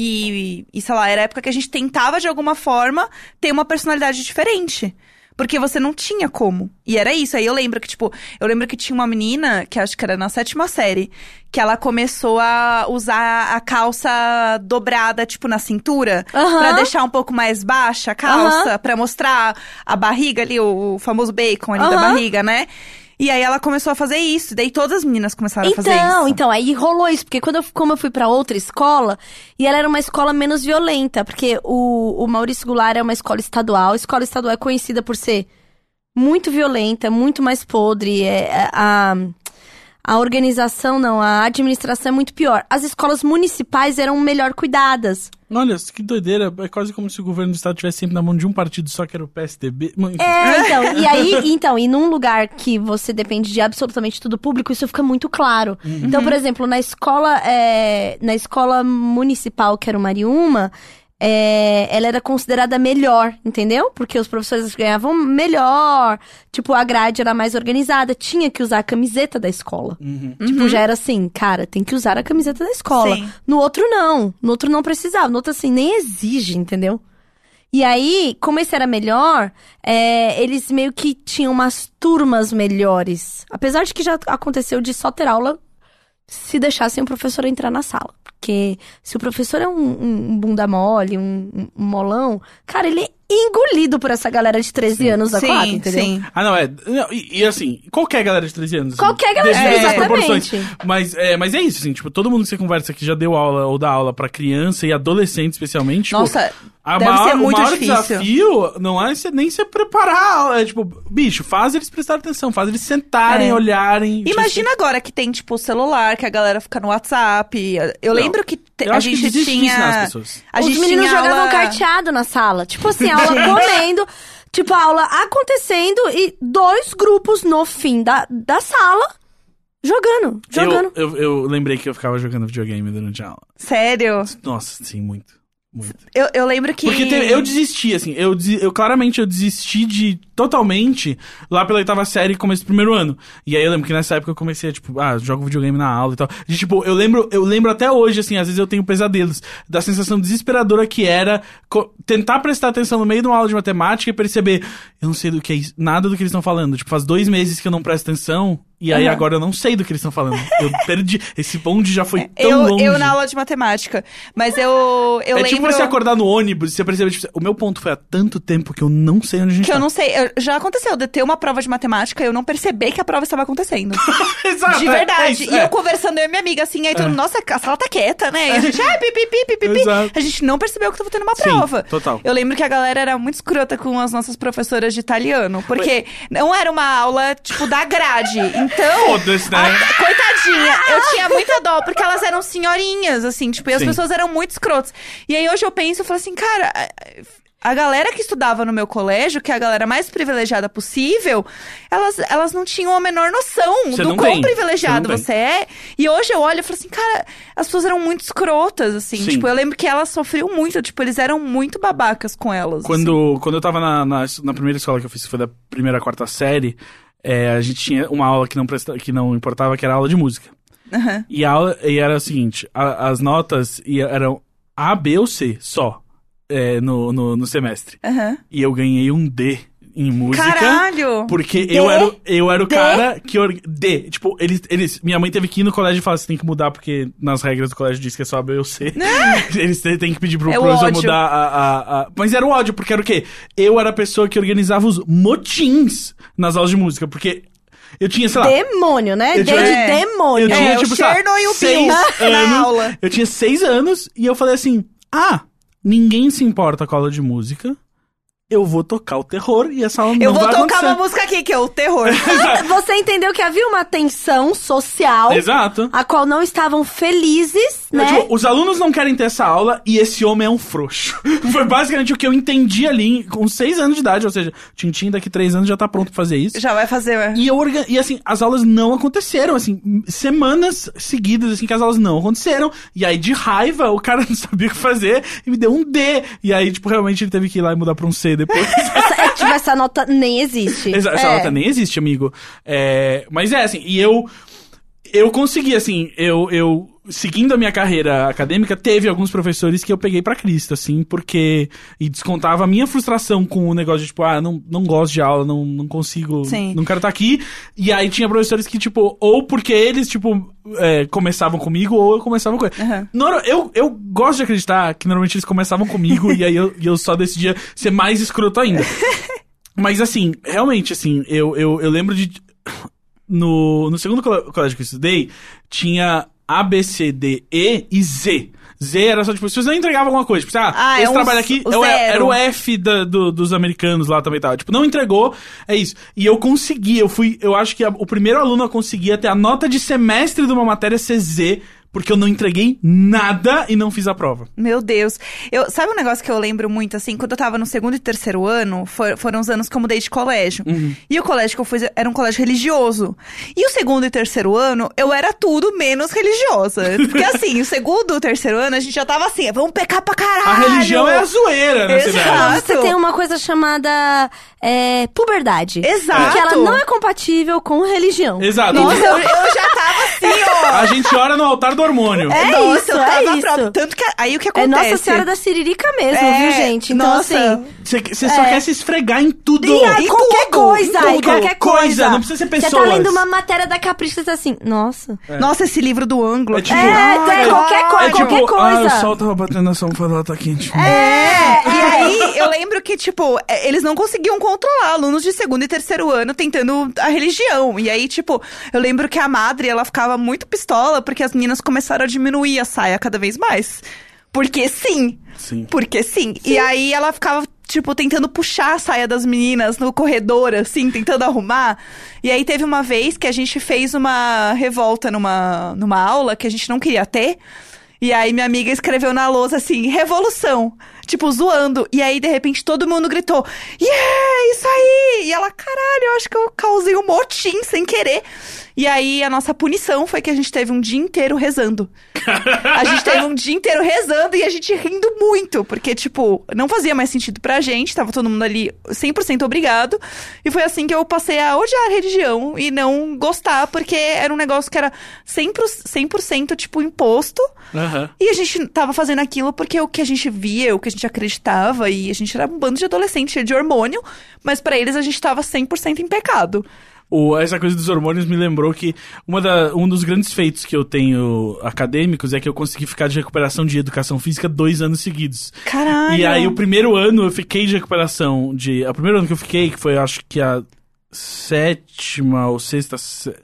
E, sei lá, era a época que a gente tentava, de alguma forma, ter uma personalidade diferente. Porque você não tinha como. E era isso. Aí eu lembro que tinha uma menina, que acho que era na 7ª série, que ela começou a usar a calça dobrada, tipo, na cintura. Pra deixar um pouco mais baixa a calça. Pra mostrar a barriga ali, o famoso bacon ali da barriga, né? E aí ela começou a fazer isso. Daí todas as meninas começaram a fazer isso. Então, aí rolou isso. Porque como eu fui pra outra escola, e ela era uma escola menos violenta. Porque o Maurício Goulart é uma escola estadual. A escola estadual é conhecida por ser muito violenta, muito mais podre. A organização, a administração é muito pior. As escolas municipais eram melhor cuidadas. Olha, que doideira. É quase como se o governo do estado estivesse sempre na mão de um partido só, que era o PSDB. E num lugar que você depende de absolutamente tudo público, isso fica muito claro. Então, por exemplo, na escola municipal, que era o Mariúma, ela era considerada melhor, entendeu? Porque os professores ganhavam melhor, tipo, a grade era mais organizada, tinha que usar a camiseta da escola. Tipo, já era assim, cara, tem que usar a camiseta da escola. Sim. No outro não precisava, no outro assim, nem exige, entendeu? E aí, como esse era melhor, eles meio que tinham umas turmas melhores. Apesar de que já aconteceu de só ter aula se deixassem o professor entrar na sala. Porque se o professor é um bunda mole, um molão, cara, ele é engolido por essa galera de 13 anos da quadra, entendeu? Sim. Ah, não, e assim, qualquer galera de 13 anos. Qualquer galera de devido 13 às anos, proporções. exatamente. Mas é isso, assim, tipo, todo mundo que você conversa que já deu aula ou dá aula pra criança e adolescente, especialmente, tipo, Nossa, deve ser muito o maior difícil. desafio não é nem se preparar, é tipo, bicho, faz eles prestarem atenção, faz eles sentarem, olharem. Imagina agora que tem, tipo, o celular, que a galera fica no WhatsApp. Eu lembro que eu a acho que gente existe tinha... isso nas pessoas. A Os gente meninos tinha jogavam aula... carteado na sala. Tipo assim, a aula comendo, tipo, a aula acontecendo e 2 grupos no fim da sala jogando. Eu lembrei que eu ficava jogando videogame durante a aula. Sério? Nossa, sim, muito. Muito. Eu lembro que... Porque eu desisti, assim, eu claramente desisti de totalmente lá pela 8ª série, começo do primeiro ano. E aí eu lembro que nessa época eu comecei a, tipo, jogo videogame na aula e tal. E, tipo, eu lembro até hoje, assim, às vezes eu tenho pesadelos da sensação desesperadora que era tentar prestar atenção no meio de uma aula de matemática e perceber, eu não sei do que é isso, nada do que eles estão falando. Tipo, faz 2 meses que eu não presto atenção. E aí agora eu não sei do que eles estão falando. Eu perdi. Esse bonde já foi tão longe. Eu na aula de matemática. Mas eu lembro... Tipo você acordar no ônibus e você percebe, tipo, o meu ponto foi há tanto tempo que eu não sei onde a gente Que tá. eu não sei. Já aconteceu de ter uma prova de matemática e eu não perceber que a prova estava acontecendo. Exato. De verdade. isso, E eu conversando, eu e minha amiga, assim, aí todo mundo, nossa, a sala tá quieta, né? E a gente, pipi. Exato. A gente não percebeu que tava tendo uma Sim, prova. total. Eu lembro que a galera era muito escrota com as nossas professoras de italiano. Porque não era uma aula, tipo, da grade. Então... Foda-se, né? Coitadinha, eu tinha muita dó, porque elas eram senhorinhas, assim, tipo, e as Sim. pessoas eram muito escrotas. E aí hoje eu penso, eu falo assim, cara, a galera que estudava no meu colégio, que é a galera mais privilegiada possível, elas não tinham a menor noção Você do não quão tem. privilegiado Você não você é. E hoje eu olho e falo assim, cara, as pessoas eram muito escrotas, assim. Sim. Tipo, eu lembro que elas sofriam muito, tipo, eles eram muito babacas com elas. assim. Quando eu tava na primeira escola que eu fiz, que foi da 1ª à 4ª série, a gente tinha uma aula que não importava, que era aula de música. Uhum. E era o seguinte, as notas eram A, B ou C, só, no semestre. Uhum. E eu ganhei um D em música. Caralho! Porque D? eu era o cara que... D. Tipo, minha mãe teve que ir no colégio e falar, você tem que mudar, porque nas regras do colégio diz que é só B ou C. Eles têm que pedir pro professor mudar Mas era o ódio, porque era o quê? Eu era a pessoa que organizava os motins nas aulas de música, porque... Eu tinha, sei lá... Demônio, né? Eu tinha- Demônio. Eu tinha, o tipo, sei lá, Chernobyl e o 6 Bill na anos. aula. Eu tinha 6 anos e eu falei assim, ninguém se importa com a aula de música, eu vou tocar o terror e essa aula Eu não vou vai tocar acontecer. uma música aqui, que é o terror. Você entendeu que havia uma tensão social, Exato. a qual não estavam felizes, né? Tipo, os alunos não querem ter essa aula e esse homem é um frouxo. Foi basicamente o que eu entendi ali com 6 anos de idade, ou seja, o Tintin daqui 3 anos já tá pronto pra fazer isso. Já vai fazer, né? E assim, as aulas não aconteceram, assim, semanas seguidas, assim, que as aulas não aconteceram. E aí, de raiva, o cara não sabia o que fazer e me deu um D. E aí, tipo, realmente ele teve que ir lá e mudar pra um C depois. Essa nota nem existe. Essa nota nem existe, amigo. Mas assim, e eu consegui, assim, eu seguindo a minha carreira acadêmica, teve alguns professores que eu peguei pra Cristo, assim, porque... E descontava a minha frustração com o negócio de, tipo, não gosto de aula, não consigo... Sim. Não quero estar aqui. E aí tinha professores que, tipo, ou porque eles, tipo, começavam comigo, ou eu começava com eles. Uhum. Eu gosto de acreditar que normalmente eles começavam comigo e aí eu só decidia ser mais escroto ainda. Mas, assim, realmente, assim, eu lembro de... No segundo colégio que eu estudei, tinha A, B, C, D, E e Z. Z era só, tipo, se você não entregava alguma coisa, tipo, esse trabalho aqui era o F dos americanos lá também, tá? Tipo, não entregou, é isso. E eu consegui, eu acho que o primeiro aluno a conseguir até a nota de semestre de uma matéria ser Z, porque eu não entreguei nada e não fiz a prova. Meu Deus. Sabe um negócio que eu lembro muito, assim? Quando eu tava no 2º e 3º ano, foram os anos que eu mudei de colégio. E o colégio que eu fui era um colégio religioso. E o 2º e 3º ano, eu era tudo menos religiosa. Porque assim, o 2º e 3º ano, a gente já tava assim, vamos pecar pra caralho. A religião é a zoeira, né? Exato. Você tem uma coisa chamada puberdade. Exato. Porque ela não é compatível com religião. Exato. Nossa, eu já tava assim, ó. A gente ora no altar do hormônio. Nossa, eu tava isso. pronta. Tanto que aí o que É acontece? Nossa Senhora da Siririca mesmo, viu, gente? Então, nossa. assim... Você só quer se esfregar em tudo. Em qualquer tudo, coisa, em em tudo. qualquer coisa. Não precisa ser pessoas. Você tá lendo uma matéria da Capricho, você tá assim, nossa. Nossa, esse livro do ângulo. É tipo- qualquer coisa, qualquer coisa. o sol tava batendo na almofada, tá quente. E aí, eu lembro que, tipo, eles não conseguiam controlar alunos de 2º e 3º ano tentando a religião. E aí, tipo, eu lembro que a madre, ela ficava muito pistola porque as meninas começaram a diminuir a saia cada vez mais. Porque sim. Sim. Porque sim. E aí, ela ficava, tipo, tentando puxar a saia das meninas no corredor, assim, tentando arrumar. E aí, teve uma vez que a gente fez uma revolta numa aula que a gente não queria ter. E aí, minha amiga escreveu na lousa assim, revolução. Tipo, zoando. E aí, de repente, todo mundo gritou, yeah, isso aí! E ela, caralho, eu acho que eu causei um motim sem querer. E aí, a nossa punição foi que a gente teve um dia inteiro rezando. A gente teve um dia inteiro rezando e a gente rindo muito. Porque, tipo, não fazia mais sentido pra gente. Tava todo mundo ali 100% obrigado. E foi assim que eu passei a odiar a religião e não gostar. Porque era um negócio que era 100% tipo, imposto. Uhum. E a gente tava fazendo aquilo porque o que a gente via, o que a gente acreditava. E a gente era um bando de adolescente cheio de hormônio. Mas pra eles, a gente tava 100% em pecado. Essa coisa dos hormônios me lembrou que um dos grandes feitos que eu tenho acadêmicos é que eu consegui ficar de recuperação de educação física 2 anos seguidos. Caralho! E aí, o primeiro ano eu fiquei de recuperação o primeiro ano que eu fiquei, que foi acho que a 7ª ou 6ª...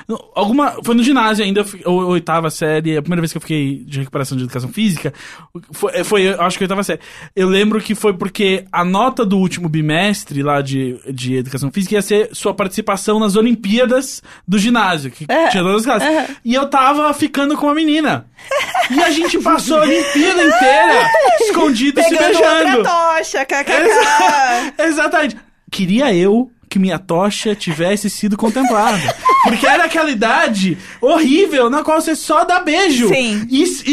Foi no ginásio ainda, ou 8ª série, a primeira vez que eu fiquei de recuperação de educação física, foi acho que 8ª série. Eu lembro que foi porque a nota do último bimestre lá de educação física ia ser sua participação nas Olimpíadas do ginásio, que tinha todas as classes. E eu tava ficando com uma menina. E a gente passou a Olimpíada inteira escondido, se beijando. Pegando outra tocha, kkk. Exatamente. Queria eu que minha tocha tivesse sido contemplada. Porque era aquela idade horrível na qual você só dá beijo. Sim.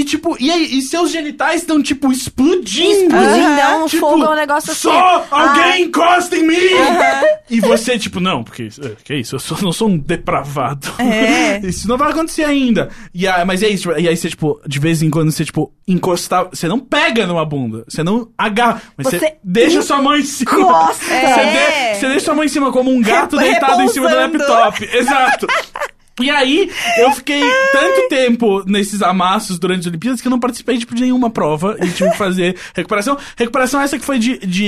E seus genitais estão, tipo, explodindo. Dá um Tipo, fogo, um negócio assim. Só alguém encosta em mim! E você, tipo, não, porque... Que isso? Eu não sou um depravado. Isso não vai acontecer ainda. Mas é isso. E aí você, tipo, de vez em quando você, tipo, encostar... Você não pega numa bunda. Você não agarra. Mas você deixa sua mão em cima. Encosta. Você deixa sua mão em cima como um gato deitado em cima do laptop. Exato. E aí, eu fiquei tanto tempo nesses amassos durante as Olimpíadas que eu não participei tipo, de nenhuma prova e tive que fazer recuperação. Recuperação essa que foi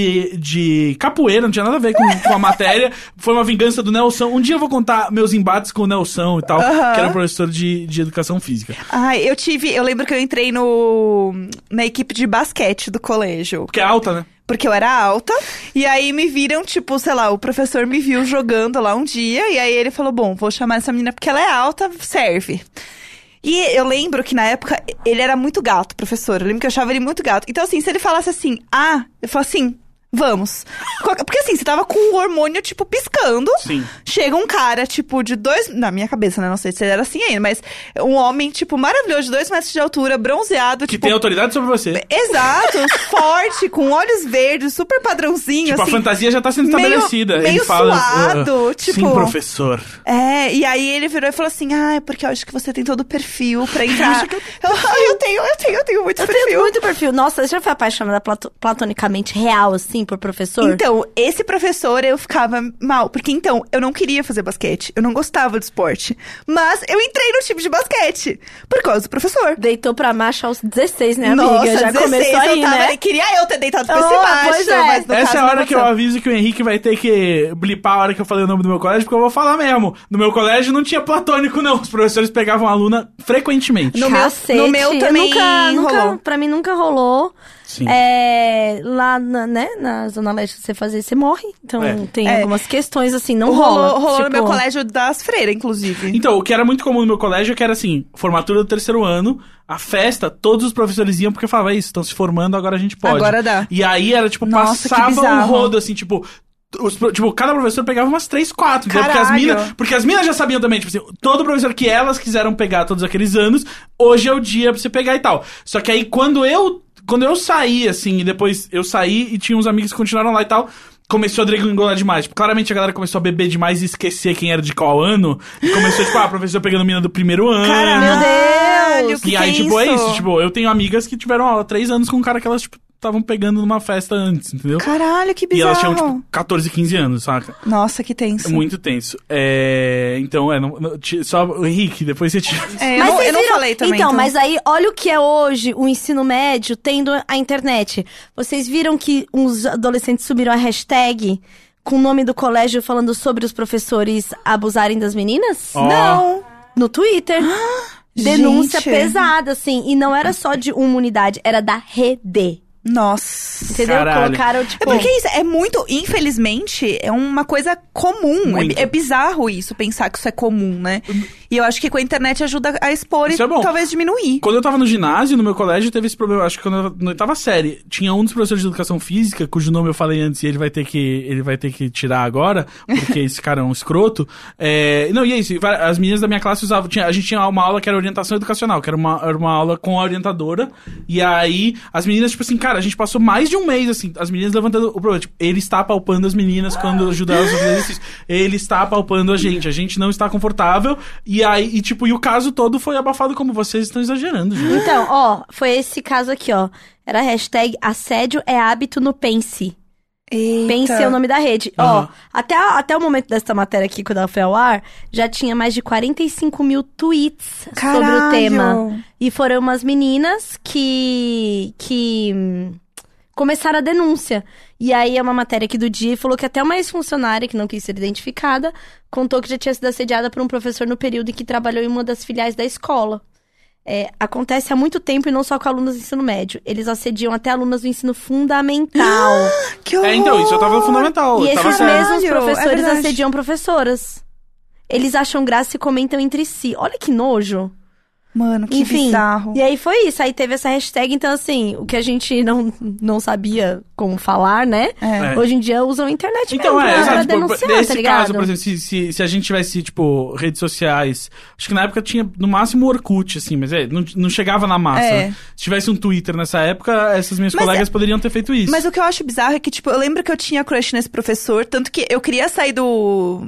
de capoeira, não tinha nada a ver com a matéria. Foi uma vingança do Nelson. Um dia eu vou contar meus embates com o Nelson e tal, que era professor de educação física. Eu lembro que eu entrei na equipe de basquete do colégio. Porque é alta, né? Porque eu era alta, e aí me viram, tipo, sei lá, o professor me viu jogando lá um dia, e aí ele falou, bom, vou chamar essa menina porque ela é alta, serve. E eu lembro que na época, ele era muito gato, professor, eu lembro que eu achava ele muito gato. Então assim, se ele falasse assim, eu falo assim... Vamos. Porque assim, você tava com o hormônio, tipo, piscando. Sim. Chega um cara, tipo, de 2... Na minha cabeça, né? Não sei se ele era assim ainda, mas... Um homem, tipo, maravilhoso, de 2 metros de altura, bronzeado, Que tipo... tem autoridade sobre você. Exato, forte, com olhos verdes, super padrãozinho, Tipo, assim. a fantasia já tá sendo estabelecida. Meio Ele fala, suado, tipo... Sim, professor. E aí ele virou e falou assim, é porque eu acho que você tem todo o perfil pra entrar. Eu tenho muito perfil. Eu tenho muito perfil. Nossa, você já foi apaixonada platonicamente real, assim, por professor? Então, esse professor eu ficava mal. Porque, então, eu não queria fazer basquete. Eu não gostava de esporte. Mas eu entrei no time de basquete. Por causa do professor. Deitou pra macho aos 16, né, amiga? Nossa, já 16, começou aí, né? Queria eu ter deitado com esse macho. Pois é. Mas no Essa caso, é a hora não que eu aconteceu. aviso que o Henrique vai ter que blipar a hora que eu falei o nome do meu colégio, porque eu vou falar mesmo. No meu colégio não tinha platônico, não. Os professores pegavam a aluna frequentemente. No meu também rolou. Pra mim nunca rolou. Sim. Lá, né, na Zona Leste, você fazer, você morre. Então, tem É. algumas questões, assim, não rola. Rolou tipo... no meu colégio das freiras, inclusive. Então, o que era muito comum no meu colégio, que era assim, formatura do 3º ano, a festa, todos os professores iam porque falava, isso, estão se formando, agora a gente pode. Agora dá. E aí era, tipo, Nossa, que passava um bizarro. rodo, assim, tipo, cada professor pegava umas 3, 4, entendeu? Caralho. Porque as minas já sabiam também, tipo assim, todo professor que elas quiseram pegar todos aqueles anos, hoje é o dia pra você pegar e tal. Só que aí, quando eu saí, assim, e depois eu saí e tinha uns amigos que continuaram lá e tal, começou a degringolar demais. Tipo, claramente a galera começou a beber demais e esquecer quem era de qual ano. E começou, tipo, a professora pegando mina do 1º ano. Caralho, Meu Deus! que E aí, é tipo, é isso? isso. Tipo, eu tenho amigas que tiveram aula 3 anos com um cara que elas, tipo, estavam pegando numa festa antes, entendeu? Caralho, que E bizarro. elas tinham, tipo, 14, 15 anos, saca? Nossa, que É tenso. muito tenso. Então, só o Henrique, depois você tira. Eu vocês não viram- falei também. Então, mas aí, olha o que é hoje o ensino médio tendo a internet. Vocês viram que uns adolescentes subiram a hashtag com o nome do colégio falando sobre os professores abusarem das meninas? Ó. Não. No Twitter. Denúncia Gente. pesada, assim. E não era só de uma unidade, era da rede. Nossa. Entendeu? Caralho. Colocaram, tipo... É porque isso é muito, infelizmente, é uma coisa comum. Muito. É bizarro isso, pensar que isso é comum, né? E eu acho que com a internet ajuda a expor Isso e é bom. talvez diminuir. Quando eu tava no ginásio, no meu colégio, teve esse problema. Acho que quando eu na 8ª série, tinha um dos professores de educação física, cujo nome eu falei antes e ele vai ter que tirar agora, porque esse cara é um escroto. Não, e é isso. As meninas da minha classe usavam. A gente tinha uma aula que era orientação educacional, que era uma aula com a orientadora. E aí, as meninas, tipo assim, cara, a gente passou mais de um mês, assim, as meninas levantando o problema. Tipo, ele está apalpando as meninas quando ajuda elas a fazer exercício. Ele está apalpando a gente não está confortável. E aí, e o caso todo foi abafado como vocês estão exagerando, gente. Então, ó, foi esse caso aqui, ó. Era a hashtag assédio é hábito no Pense. Eita. Pense é o nome da rede. Aham. Ó, até o momento dessa matéria aqui, quando ela foi ao ar, já tinha mais de 45 mil tweets sobre o Caralho. tema. E foram umas meninas que começaram a denúncia. E aí, é uma matéria aqui do dia, falou que até uma ex-funcionária, que não quis ser identificada, contou que já tinha sido assediada por um professor no período em que trabalhou em uma das filiais da escola. Acontece há muito tempo e não só com alunos do ensino médio. Eles assediam até alunas do ensino fundamental. Que horror. Então, isso eu tava no fundamental. E eu tava esses sério. mesmos Caralho, é professores verdade. assediam professoras. Eles acham graça e comentam entre si. Olha que nojo. Mano, que Enfim, bizarro. e aí foi isso. Aí teve essa hashtag, então assim, o que a gente não sabia como falar, né? É. Hoje em dia usam a internet Então, mesmo pra exato. denunciar, Nesse tá ligado? caso, por exemplo, se a gente tivesse, tipo, redes sociais, acho que na época tinha, no máximo, o Orkut, assim, mas não chegava na massa, É. né? Se tivesse um Twitter nessa época, essas minhas Mas colegas poderiam ter feito isso. Mas o que eu acho bizarro é que, tipo, eu lembro que eu tinha crush nesse professor, tanto que eu queria sair do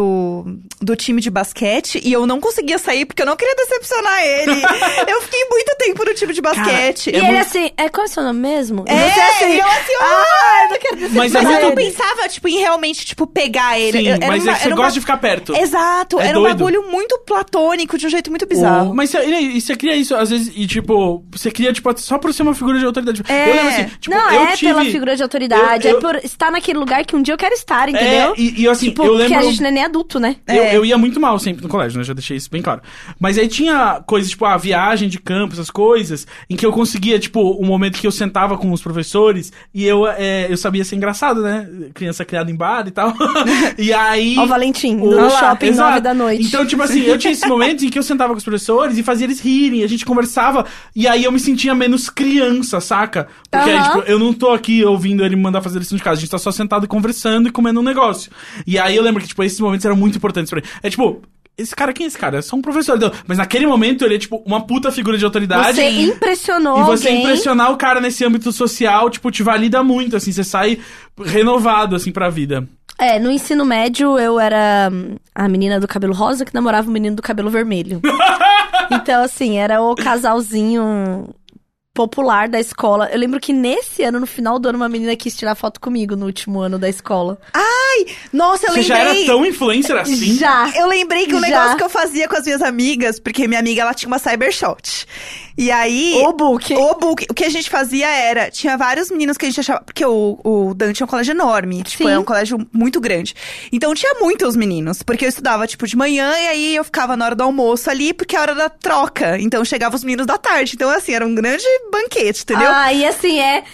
time de basquete e eu não conseguia sair porque eu não queria decepcionar ele. Eu fiquei muito tempo no time de basquete. E ele assim, qual é o seu nome mesmo? E É, você assim, e eu assim, eu não quero decepcionar Mas é Mas muito- eu não ele. pensava, tipo, em realmente, tipo, pegar ele. Sim, Era mas uma- é que você era uma- gosta de ficar perto. Exato, É era um doido. bagulho muito platônico, de um jeito muito bizarro. Mas você cria isso, às vezes, e tipo, você cria, tipo, só por ser uma figura de autoridade. É. Eu lembro assim, tipo, Não, eu é tive... pela figura de autoridade, eu- é por estar naquele lugar que um dia eu quero estar, entendeu? E assim, Tipo, eu porque lembro... a gente não é nem adulto, né? Eu ia muito mal sempre no colégio, né? Já deixei isso bem claro. Mas aí tinha coisas, tipo, a viagem de campo, essas coisas, em que eu conseguia, tipo, um momento que eu sentava com os professores e eu sabia ser engraçado, né? Criança criada em bar e tal. E aí... Ó o Valentim, Olha no lá, shopping, exato. 9 da noite. Então, tipo assim, eu tinha esses momentos em que eu sentava com os professores e fazia eles rirem, a gente conversava, e aí eu me sentia menos criança, saca? Porque aí, Aham. tipo, eu não tô aqui ouvindo ele me mandar fazer lição de casa, a gente tá só sentado e conversando e comendo um negócio. E aí eu lembro que, tipo, esses momentos eram muito importantes pra mim. É tipo... quem é esse cara? É só um professor. Então, mas naquele momento ele é, tipo, uma puta figura de autoridade. Você impressionou E você alguém. impressionar o cara nesse âmbito social, tipo, te valida muito, assim. Você sai renovado, assim, pra vida. No ensino médio eu era a menina do cabelo rosa que namorava o menino do cabelo vermelho. Então, assim, era o casalzinho popular da escola. Eu lembro que nesse ano, no final do ano, uma menina quis tirar foto comigo no último ano da escola. Nossa, eu Você já lembrei... era tão influencer assim? Já! Eu lembrei que o Já. negócio que eu fazia com as minhas amigas, porque minha amiga, ela tinha uma cybershot. E aí... O book. O que a gente fazia era... Tinha vários meninos que a gente achava... Porque o Dante é um colégio enorme. Tipo, Sim. é um colégio muito grande. Então, tinha muitos meninos. Porque eu estudava, tipo, de manhã. E aí, eu ficava na hora do almoço ali. Porque é a hora da troca. Então, chegavam os meninos da tarde. Então, assim, era um grande banquete, entendeu? E assim,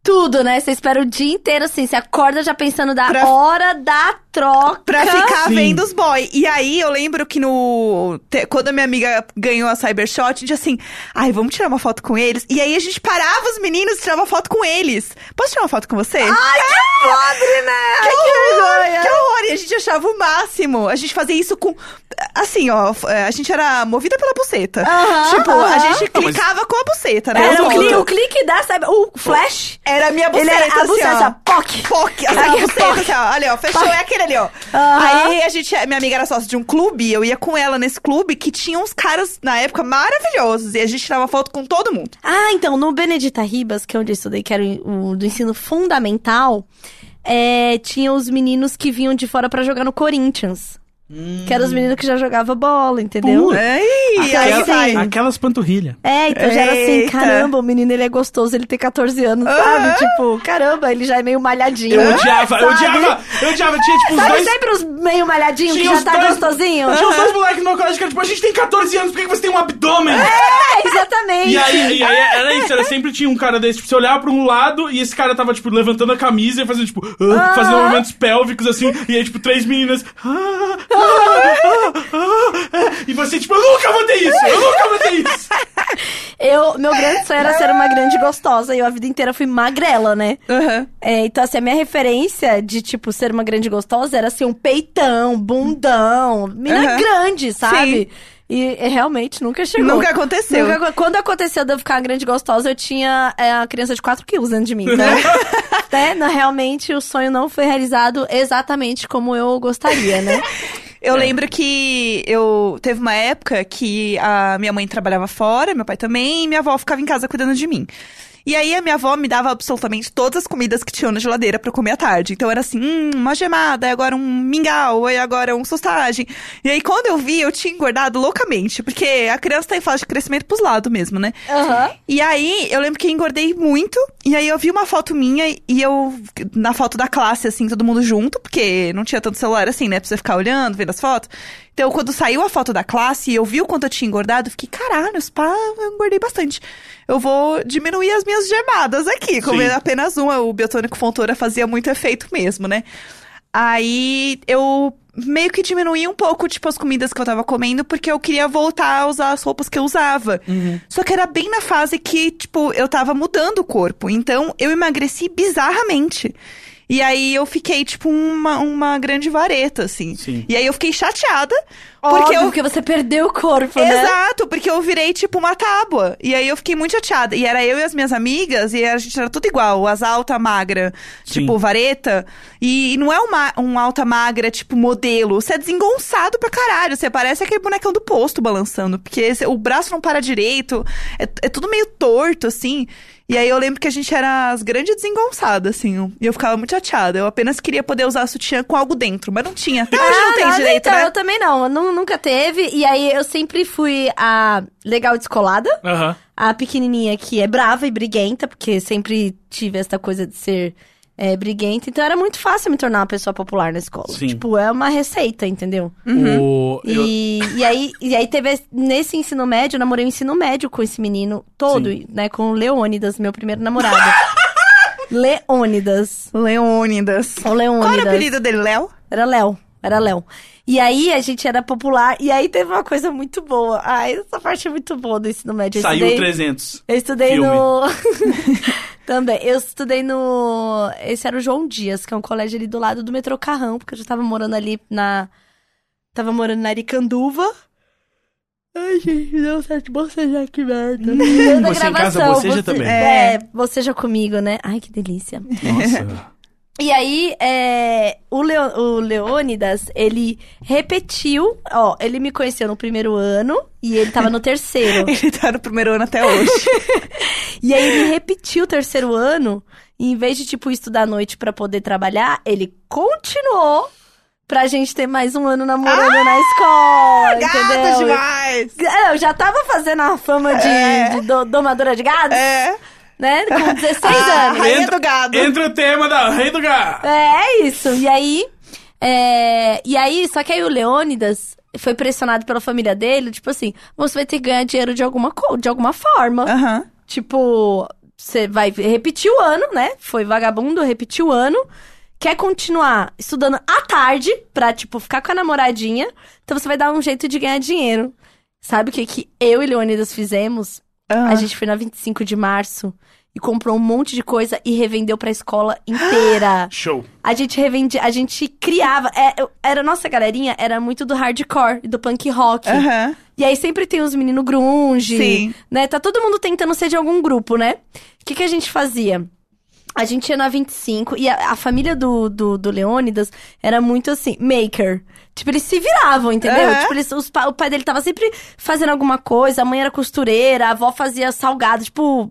tudo, né? Você espera o dia inteiro, assim. Você acorda já pensando da Pra- hora da troca. Pra ficar Sim. vendo os boy. E aí, eu lembro que quando a minha amiga ganhou a Cybershot, a gente assim... Ai, vamos tirar uma foto com eles? E aí, a gente parava os meninos e tirava foto com eles. Posso tirar uma foto com você? Ai, que podre, né? Ai, Que horror, vergonha. que horror! E a gente achava o máximo. A gente fazia isso com... Assim, ó, a gente era movida pela buceta. Aham, Tipo, a aham. gente clicava com a buceta, né? Era As fotos. o clique da Cyber... O flash. Era a minha Ele buceta, era a buceta, assim, ó. POC. POC, assim, a Aquele buceta, POC. assim, ó. Olha, ó, fechou, é aquele ali, ó. Aham. Aí minha amiga era sócia de um clube, eu ia com ela nesse clube que tinha uns caras, na época, maravilhosos. E a gente tirava foto com todo mundo. Ah, então, no Benedita Ribas, que é onde eu estudei, que era o do ensino fundamental, tinha os meninos que vinham de fora pra jogar no Corinthians. Que eram os meninos que já jogavam bola, entendeu? Putz. Ei, aí vai. Aquelas panturrilhas. Então já era assim, Eita. caramba, o menino ele é gostoso, ele tem 14 anos, sabe? Tipo, caramba, ele já é meio malhadinho. Eu odiava. Tinha tipo os Sabe dois... sempre os meio malhadinhos que Tinha já os tá dois- gostosinho? Tinha os dois moleques no meu colégio que era tipo, a gente tem 14 anos, por que você tem um abdômen? Exatamente. E aí era isso, sempre tinha um cara desse, tipo, você olhava pra um lado e esse cara tava, tipo, levantando a camisa e fazendo, tipo, fazendo movimentos pélvicos, assim, e aí, tipo, 3 meninas. E você, tipo, eu nunca vou ter isso! Meu grande sonho era ser uma grande gostosa e eu a vida inteira fui magrela, né? Aham. Então, assim, a minha referência de, tipo, ser uma grande gostosa era, assim, um peitão, bundão, mina grande, sabe? E realmente nunca chegou. Nunca aconteceu. Quando aconteceu de eu ficar uma grande gostosa, eu tinha a criança de 4 quilos dentro de mim. Então, realmente, o sonho não foi realizado exatamente como eu gostaria, né? Eu lembro que teve uma época que a minha mãe trabalhava fora, meu pai também, e minha avó ficava em casa cuidando de mim. E aí a minha avó me dava absolutamente todas as comidas que tinham na geladeira pra eu comer à tarde. Então era assim, uma gemada, agora um mingau, e agora um sustagem. E aí quando eu vi, eu tinha engordado loucamente, porque a criança tá em fase de crescimento pros lados mesmo, né? E aí eu lembro que eu engordei muito, e aí eu vi uma foto minha e eu, na foto da classe, assim, todo mundo junto, porque não tinha tanto celular assim, né, pra você ficar olhando, vendo as fotos. Então, quando saiu a foto da classe e eu vi o quanto eu tinha engordado, eu fiquei, caralho, eu engordei bastante. Eu vou diminuir as minhas gemadas aqui, comer apenas uma. O biotônico Fontoura fazia muito efeito mesmo, né? Aí, eu meio que diminuí um pouco, tipo, as comidas que eu tava comendo, porque eu queria voltar a usar as roupas que eu usava. Só que era bem na fase que, tipo, eu tava mudando o corpo. Então, eu emagreci bizarramente. E aí eu fiquei, tipo, uma grande vareta, assim. Sim. E aí eu fiquei chateada. Porque porque você perdeu o corpo, né? Exato, porque eu virei, tipo, uma tábua. E aí eu fiquei muito chateada. E era eu e as minhas amigas, e a gente era tudo igual. As alta, magra, tipo, vareta. E não é um alta, magra, tipo, modelo. Você é desengonçado pra caralho. Você parece aquele bonecão do posto balançando. Porque o braço não para direito. É tudo meio torto, assim. E aí eu lembro que a gente era as grandes desengonçadas, assim. E eu ficava muito chateada. Eu apenas queria poder usar sutiã com algo dentro. Mas não tinha. Até hoje não tem direito, então, né? eu também não. Nunca teve. E aí, eu sempre fui a legal descolada. Aham. A pequenininha que é brava e briguenta. Porque sempre tive essa coisa de ser briguenta. Então, era muito fácil me tornar uma pessoa popular na escola. Sim. Tipo, é uma receita, entendeu? E aí teve nesse ensino médio, eu namorei o ensino médio com esse menino todo, né? Com o Leônidas, meu primeiro namorado. Leônidas. Leônidas. O Leônidas. Qual era o apelido dele? Léo? Era Léo. E aí, a gente era popular. E aí, teve uma coisa muito boa. Ai, essa parte é muito boa do ensino médio. Saiu 300. Eu estudei filme. no... Também. Eu estudei no... Esse era o João Dias, que é um colégio ali do lado do metrô Carrão. Porque eu já tava morando ali na... Tava morando na Aricanduva. Ai, gente, deu certo bocejar, que merda. Você em casa boceja também. Boceja comigo, né? Ai, que delícia. Nossa. E aí, o Leônidas, ele repetiu, ele me conheceu no primeiro ano e ele tava no terceiro. Ele tá no primeiro ano até hoje. E aí, ele repetiu o terceiro ano e em vez de, tipo, estudar à noite pra poder trabalhar, ele continuou pra gente ter mais um ano namorando na escola, Gado entendeu? demais! Eu já tava fazendo a fama de domadora de gado, né? Com 16 anos. Rainha do gado. Entra o tema da Rei do Gado. É isso. E aí, só que aí o Leônidas foi pressionado pela família dele, tipo assim, você vai ter que ganhar dinheiro de alguma forma. Aham. Tipo, você vai repetir o ano, né? Foi vagabundo, repetiu o ano. Quer continuar estudando à tarde pra, tipo, ficar com a namoradinha. Então você vai dar um jeito de ganhar dinheiro. Sabe o que eu e Leônidas fizemos? A gente foi na 25 de março e comprou um monte de coisa e revendeu pra escola inteira. Show. A gente revendia, a gente criava. Nossa galerinha era muito do hardcore e do punk rock. E aí sempre tem os meninos grunge. Sim. Né? Tá todo mundo tentando ser de algum grupo, né? O que a gente fazia? A gente ia na 25 e a família do Leônidas era muito assim, maker. Tipo, eles se viravam, entendeu? Tipo, o pai dele tava sempre fazendo alguma coisa, a mãe era costureira, a avó fazia salgado, tipo...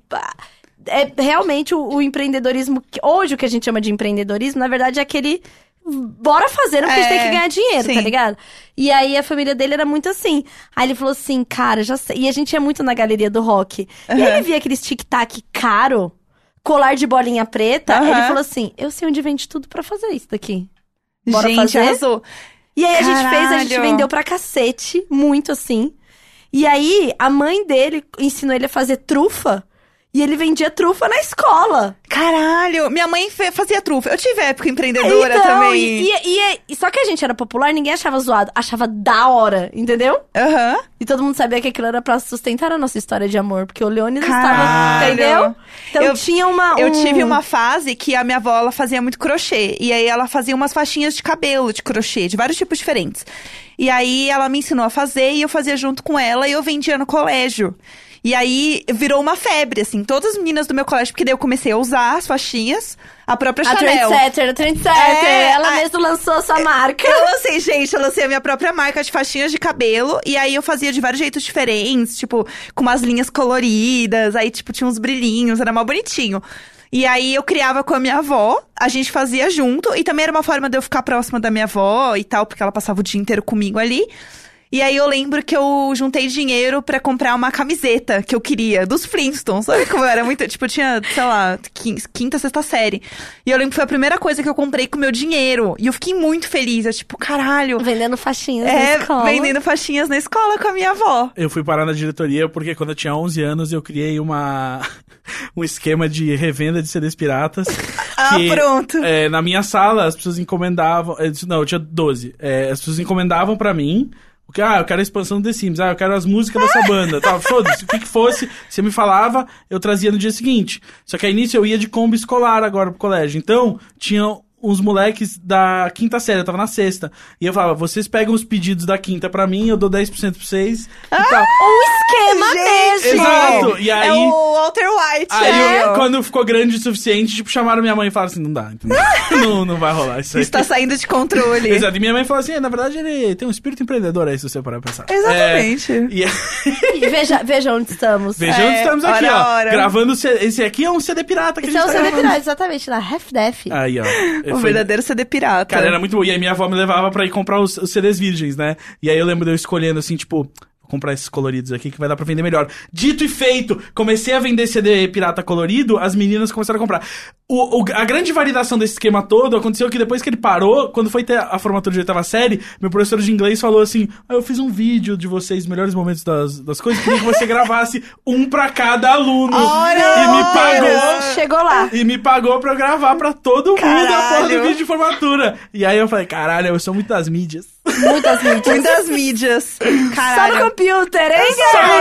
realmente o empreendedorismo, hoje o que a gente chama de empreendedorismo, na verdade é aquele... Bora fazer, porque a gente tem que ganhar dinheiro, sim. tá ligado? E aí a família dele era muito assim. Aí ele falou assim, cara, já sei. E a gente ia muito na galeria do rock. E aí ele via aqueles tic-tac caro... Colar de bolinha preta, ele falou assim, eu sei onde vende tudo pra fazer isso daqui. Bora gente, fazer? arrasou. E aí Caralho. a gente vendeu pra cacete, muito assim. E aí, a mãe dele ensinou ele a fazer trufa. E ele vendia trufa na escola. Caralho, minha mãe fazia trufa. Eu tive época empreendedora também. Só que a gente era popular, ninguém achava zoado. Achava da hora, entendeu? E todo mundo sabia que aquilo era pra sustentar a nossa história de amor. Porque o Leônidas estava, entendeu? Então tinha Eu tive uma fase que a minha avó, ela fazia muito crochê. E aí ela fazia umas faixinhas de cabelo de crochê, de vários tipos diferentes. E aí ela me ensinou a fazer e eu fazia junto com ela e eu vendia no colégio. E aí, virou uma febre, assim, todas as meninas do meu colégio, porque daí eu comecei a usar as faixinhas, a própria Chanel. A Trendsetter, ela mesmo lançou a sua marca. Eu lancei a minha própria marca de faixinhas de cabelo, e aí eu fazia de vários jeitos diferentes, tipo, com umas linhas coloridas, aí, tipo, tinha uns brilhinhos, era mal bonitinho. E aí, eu criava com a minha avó, a gente fazia junto, e também era uma forma de eu ficar próxima da minha avó e tal, porque ela passava o dia inteiro comigo ali. E aí eu lembro que eu juntei dinheiro pra comprar uma camiseta que eu queria, dos Flintstones. Sabe como era muito... Tipo, eu tinha, sei lá, quinta, sexta série. E eu lembro que foi a primeira coisa que eu comprei com o meu dinheiro. E eu fiquei muito feliz. Eu, tipo, caralho... Vendendo faixinhas na escola. Vendendo faixinhas na escola com a minha avó. Eu fui parar na diretoria porque quando eu tinha 11 anos eu criei um esquema de revenda de CDs piratas. Pronto. Na minha sala as pessoas encomendavam... Não, eu tinha 12. As pessoas encomendavam pra mim... Porque, eu quero a expansão do The Sims, eu quero as músicas dessa banda, tá? Foda-se, o que fosse, você me falava, eu trazia no dia seguinte. Só que aí nisso eu ia de combo escolar agora pro colégio. Então, tinha uns moleques da quinta série, eu tava na sexta. E eu falava, vocês pegam os pedidos da quinta pra mim, eu dou 10% pra vocês e tal. Um esquema mesmo! Exato! E aí... É o Walter White. Aí, quando ficou grande o suficiente, tipo, chamaram minha mãe e falaram assim, não dá, entendeu? não vai rolar isso aí. Isso tá saindo de controle. Exato, e minha mãe falou assim, na verdade ele tem um espírito empreendedor aí, se você parar pra pensar. Exatamente. E veja onde estamos. Veja onde estamos aqui, ora. Gravando, esse aqui é um CD pirata que Esse a é gente o tá CD gravando. pirata, exatamente, na Half-Def. Aí, ó. O verdadeiro CD pirata. Cara, era muito bom. E aí minha avó me levava pra ir comprar os CDs virgens, né? E aí eu lembro de eu escolhendo assim, tipo... Vou comprar esses coloridos aqui que vai dar pra vender melhor. Dito e feito, comecei a vender CD pirata colorido, as meninas começaram a comprar. A grande validação desse esquema todo aconteceu que depois que ele parou, quando foi ter a formatura de oitava série, meu professor de inglês falou assim, eu fiz um vídeo de vocês, melhores momentos das coisas, queria que você gravasse um pra cada aluno. E me pagou. Chegou lá. E me pagou pra eu gravar pra todo mundo a porra do vídeo de formatura. E aí eu falei, caralho, eu sou muito das mídias. Muitas mídias. Caralho. Só no computer, hein,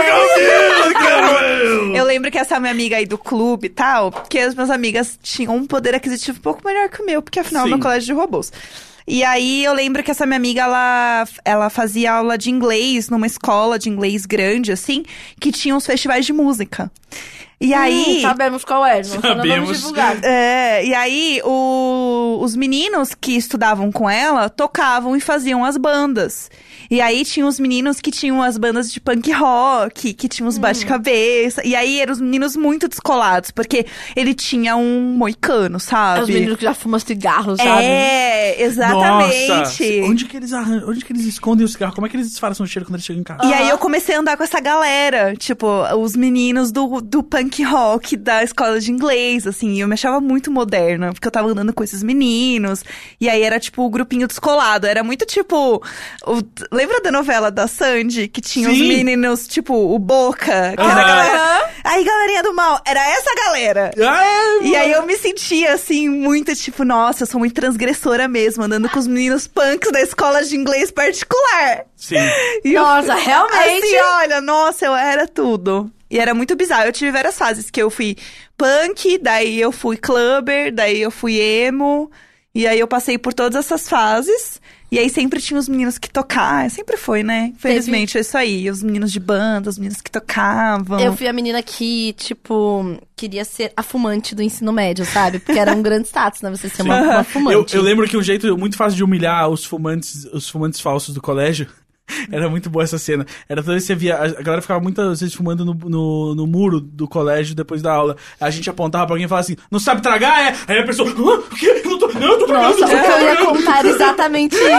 galera? Eu lembro que essa minha amiga aí do clube e tal, que as minhas amigas tinham um poder aquisitivo um pouco melhor que o meu, porque afinal é meu colégio de robôs. E aí eu lembro que essa minha amiga, ela fazia aula de inglês numa escola de inglês grande, assim, que tinha uns festivais de música. E aí... Sabemos qual é, não vamos divulgar. E aí os meninos que estudavam com ela tocavam e faziam as bandas. E aí tinha os meninos que tinham as bandas de punk rock, que tinham os bate-cabeça. E aí eram os meninos muito descolados, porque ele tinha um moicano, sabe? Os meninos que já fumam cigarros, sabe? Exatamente. Nossa, onde que eles escondem o cigarro? Como é que eles disfarçam o cheiro quando eles chegam em casa? E aí eu comecei a andar com essa galera, tipo, os meninos do punk rock da escola de inglês, assim. E eu me achava muito moderna, porque eu tava andando com esses meninos. E aí era, tipo, o grupinho descolado. Era muito, tipo... Lembra da novela da Sandy? Que tinha os meninos, tipo, o Boca? Aí, galerinha do mal, era essa galera. Ai, E aí eu me sentia, assim, muito tipo, nossa, eu sou muito transgressora mesmo, andando com os meninos punks da escola de inglês particular. Sim. E eu- Nossa, realmente. Assim, olha, nossa, eu era tudo. E era muito bizarro. Eu tive várias fases, que eu fui punk, daí eu fui clubber, daí eu fui emo. E aí eu passei por todas essas fases. E aí sempre tinha os meninos que tocavam. Sempre foi, né? Infelizmente, é isso aí. Os meninos de banda, os meninos que tocavam. Eu fui a menina que, tipo, queria ser a fumante do ensino médio, sabe? Porque era um grande status, né? Você ser uma fumante. Eu lembro que um jeito muito fácil de humilhar os fumantes falsos do colégio. Era muito boa essa cena. Era toda vez que você via. A galera ficava muitas vezes fumando no muro do colégio depois da aula. A gente apontava pra alguém e falava assim: não sabe tragar, é? Aí a pessoa. O quê? Eu tô tragando. Nossa, o que eu ia contar era exatamente isso,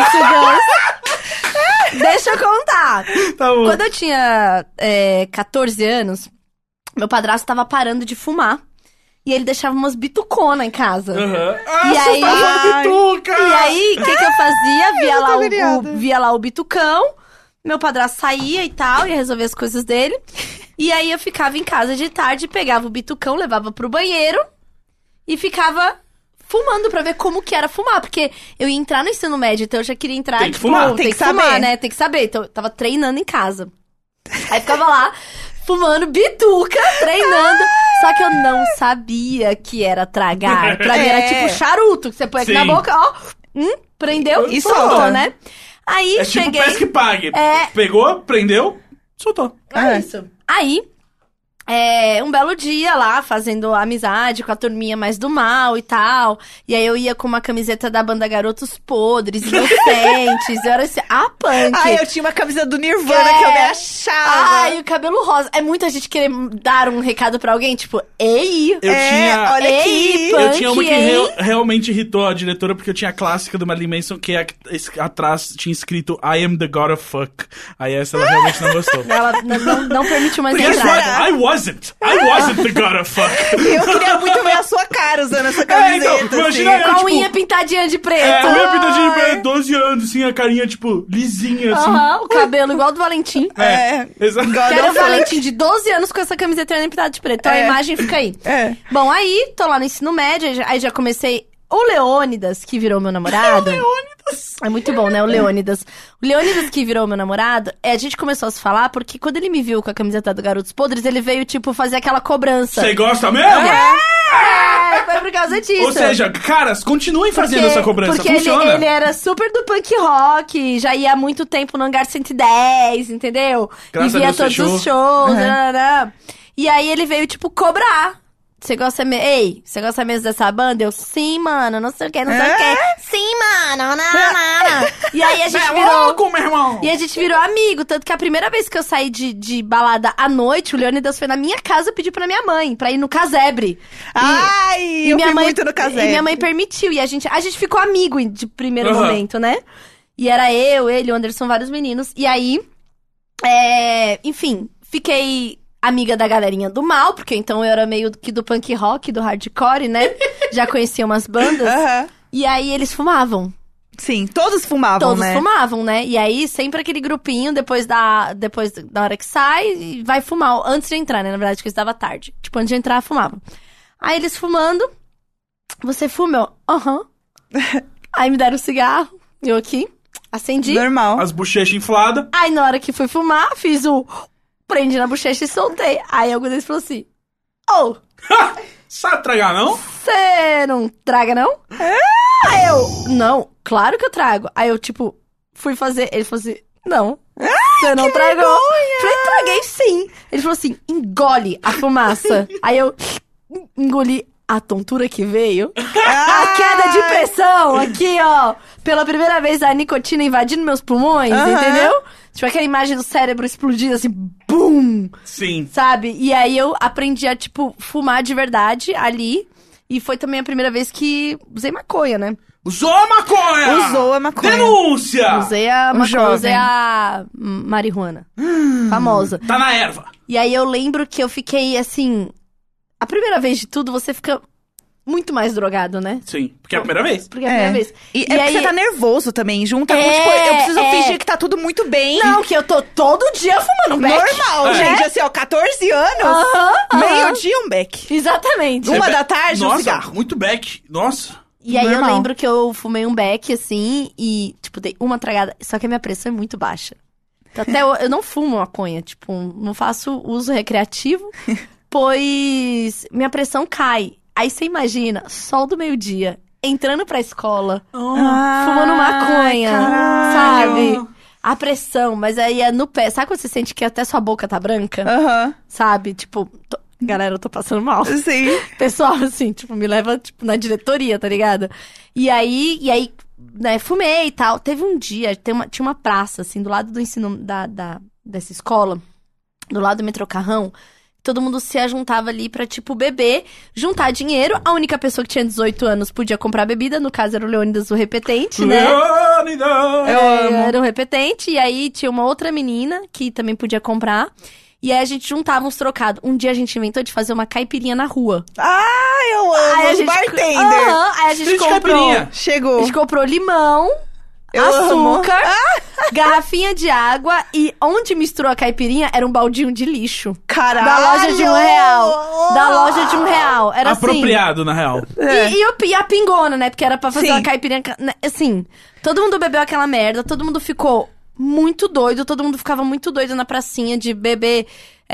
Gus. Deixa eu contar. Tá bom. Quando eu tinha 14 anos, meu padrasto tava parando de fumar. E ele deixava umas bituconas em casa. Aham. E aí- Bituca! E aí, o que eu fazia? agoniada. Via lá o bitucão, meu padrasto saía e tal, ia resolver as coisas dele. E aí eu ficava em casa de tarde, pegava o bitucão, levava pro banheiro e ficava fumando pra ver como que era fumar. Porque eu ia entrar no ensino médio, então eu já queria entrar... Tem que fumar, tem que saber. fumar, né? Tem que saber. Então eu tava treinando em casa. Aí ficava lá... fumando bituca, treinando. Só que eu não sabia que era tragar. Pra mim era tipo charuto, que você põe aqui Sim. na boca, ó. Prendeu E soltou, solta. né? Aí É tipo cheguei... pesca e pague. É. Pegou, prendeu, soltou. É isso. Aí, um belo dia lá, fazendo amizade com a turminha mais do mal e tal. E aí eu ia com uma camiseta da banda Garotos Podres, Inocentes. Eu era assim, punk. Ai, eu tinha uma camisa do Nirvana que eu me achava. Ai, o cabelo rosa. É muita gente querer dar um recado pra alguém, tipo, ei. Eu tinha. olha Ei, aqui. punk, Eu tinha uma que hein? realmente irritou a diretora, porque eu tinha a clássica do Marilyn Manson, que atrás tinha escrito I am the God of fuck. Aí essa ela realmente não gostou. Ela não permitiu mais Guess entrar. what? I wasn't the God of fuck. Eu queria muito ver a sua cara usando essa camiseta. então, imagina assim. eu, Com a tipo, unha pintadinha de preto. É, a minha pintadinha Ai. de 12 anos, assim, a carinha, tipo, lisinha, assim. Aham, o cabelo igual do Valentim. Exato. God Quero o of fuck. Valentim de 12 anos com essa camiseta pintada de preto. Então a É. imagem fica aí. É. Bom, aí, tô lá no ensino médio, aí já comecei... O Leônidas, que virou meu namorado... É muito bom, né? O Leônidas. O Leônidas que virou meu namorado, a gente começou a se falar porque quando ele me viu com a camiseta do Garotos Podres, ele veio, tipo, fazer aquela cobrança. Você gosta mesmo? Foi por causa disso. Ou seja, caras, continuem fazendo essa cobrança, porque funciona. ele era super do punk rock, já ia há muito tempo no Hangar 110, entendeu? Graças e a via Deus todos fechou. os shows, nananã. E aí ele veio, tipo, cobrar. Você gosta Ei, você gosta mesmo dessa banda? Eu, sim, mano, não sei o que, não sei o que. Sim, mano, não. E aí a gente É virou... louco, meu irmão! E a gente virou amigo, tanto que a primeira vez que eu saí de balada à noite, o Leônidas foi na minha casa pedir pra minha mãe, pra ir no casebre. Ai, eu minha fui mãe, muito no casebre. E minha mãe permitiu, e a gente ficou amigo de primeiro Aham. momento, né? E era eu, ele, o Anderson, vários meninos. E aí, enfim, fiquei amiga da galerinha do mal, porque então eu era meio que do punk rock, do hardcore, né? Já conhecia umas bandas. Aham. E aí eles fumavam. Sim, todos fumavam, Todos né? fumavam, né? E aí, sempre aquele grupinho, depois da hora que sai, e vai fumar. Antes de entrar, né? Na verdade, que eu estava tarde. Tipo, antes de entrar, fumavam. Aí eles fumando. Você fuma? Eu, aham. Aí me deram um cigarro. Eu aqui, acendi. Normal. As bochechas infladas. Aí na hora que fui fumar, fiz o... Prendi na bochecha e soltei. Aí algum deles falou assim... Ô, Sabe tragar, não? você não traga, não? Aí eu... Não, claro que eu trago. Aí eu, tipo, fui fazer... Ele falou assim... Não, você não tragou. Falei, traguei sim. Ele falou assim... Engole a fumaça. Aí eu... Engoli a tontura que veio. A queda de pressão aqui, ó. Pela primeira vez a nicotina invadindo meus pulmões, Aham. entendeu? Tipo aquela imagem do cérebro explodindo assim, BUM! Sim. Sabe? E aí eu aprendi a, tipo, fumar de verdade ali. E foi também a primeira vez que usei maconha, né? Usou a maconha! Usou a maconha. Denúncia! Usei a Um maconha, jovem. usei a marihuana. Famosa. Tá na erva. E aí eu lembro que eu fiquei, assim... A primeira vez de tudo, você fica muito mais drogado, né? Sim, porque é a primeira vez. Porque é a primeira vez. E é porque você tá nervoso também, junta com, É, tipo, eu preciso é. fingir que tá tudo muito bem. Não, que eu tô todo dia fumando beck. Normal, É. gente, assim, ó, 14 anos. Aham, Meu Meio-dia, um beck. Exatamente. Uma da tarde, um Nossa, cigarro. muito back. Nossa. E aí eu Normal. lembro que eu fumei um beck, assim, e, tipo, dei uma tragada. Só que a minha pressão é muito baixa. Então, até eu não fumo maconha, tipo, não faço uso recreativo, pois minha pressão cai. Aí você imagina, sol do meio-dia, entrando pra escola, fumando maconha, caralho. sabe? A pressão, mas aí é no pé. Sabe quando você sente que até sua boca tá branca? Aham. Sabe? Tipo, galera, eu tô passando mal. Sim. Pessoal, assim, tipo, me leva, tipo, na diretoria, tá ligado? E aí, né, fumei e tal. Teve um dia, tinha uma praça, assim, do lado do ensino dessa escola, do lado do metrô Carrão. Todo mundo se ajuntava ali pra, tipo, beber, juntar dinheiro. A única pessoa que tinha 18 anos podia comprar bebida. No caso, era o Leônidas, o repetente, né? Leônidas! Eu amo. Era o repetente. E aí, tinha uma outra menina que também podia comprar. E aí, a gente juntava uns trocados. Um dia, a gente inventou de fazer uma caipirinha na rua. Eu amo Aí a os gente... bartender. Aham, aí a gente Street comprou... caipirinha. A Chegou. gente comprou limão, Eu açúcar, garrafinha de água e onde misturou a caipirinha era um baldinho de lixo. Caralho. Da loja de R$1. Da loja de R$1. Era Apropriado, na real. assim. E a pingona, né? Porque era pra fazer Sim. uma caipirinha. Assim, todo mundo bebeu aquela merda, todo mundo ficou muito doido, todo mundo ficava muito doido na pracinha de beber.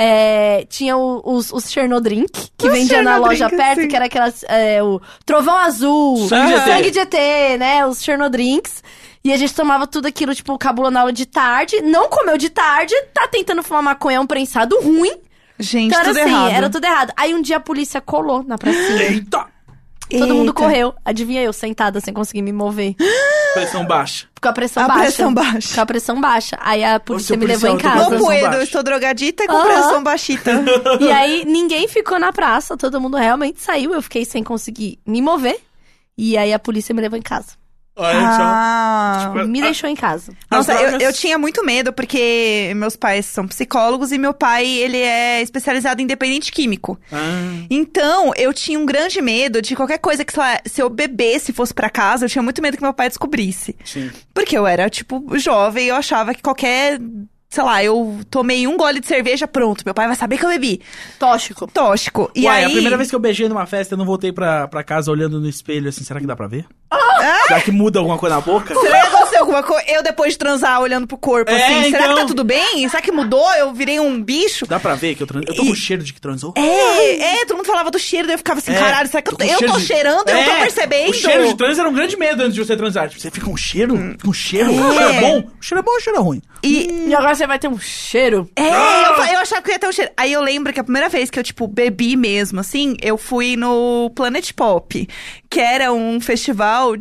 Tinha os Chernodrink, que Os vendia na Chernodrink, loja perto, sim. que era aquelas. O Trovão Azul, Sangue de ET. Sangue de ET, né? Os Chernodrinks. E a gente tomava tudo aquilo, tipo, cabula na aula de tarde. Não comeu de tarde, tá tentando fumar maconha, é um prensado ruim. Gente, Então era tudo assim, errado. era tudo errado. Aí um dia a polícia colou na pracinha. Eita! Todo mundo Eita. correu. Adivinha eu, sentada, sem conseguir me mover. Pressão baixa. Com a pressão A baixa. pressão baixa. Com a pressão baixa. Aí a polícia seu me levou em policial, casa. tô Não pressão puedo, baixa. estou drogadita e com Aham. pressão baixita. E aí, ninguém ficou na praça. Todo mundo realmente saiu. Eu fiquei sem conseguir me mover. E aí, a polícia me levou em casa. Olha só. Tipo, Me deixou em casa. Nossa, As drogas- eu tinha muito medo, porque meus pais são psicólogos e meu pai, ele é especializado em dependente químico. Então, eu tinha um grande medo de qualquer coisa que, sei lá, se eu bebesse, fosse pra casa, eu tinha muito medo que meu pai descobrisse. Sim. Porque eu era, tipo, jovem e eu achava que qualquer... Sei lá, eu tomei um gole de cerveja, pronto, meu pai vai saber que eu bebi. Tóxico. Tóxico. E Uai, aí... a primeira vez que eu beijei numa festa, eu não voltei pra casa olhando no espelho, assim, será que dá pra ver? Será que muda alguma coisa na boca? Será que aconteceu alguma coisa? Eu, depois de transar, olhando pro corpo, assim, será que tá tudo bem? Será que mudou? Eu virei um bicho? Dá pra ver que eu transei? Eu tô com cheiro de que transou? Todo mundo falava do cheiro, daí eu ficava assim, É, caralho, será que eu com tô cheiro de- cheirando? Eu não tô É, percebendo? O cheiro de trans era um grande medo antes de você transar. Tipo, você fica com um cheiro? Fica um cheiro? O cheiro é bom? O cheiro é bom ou o cheiro é ruim? E agora você vai ter um cheiro. Eu achava que ia ter um cheiro. Aí eu lembro que a primeira vez que eu, tipo, bebi mesmo, assim, eu fui no Planet Pop, que era um festival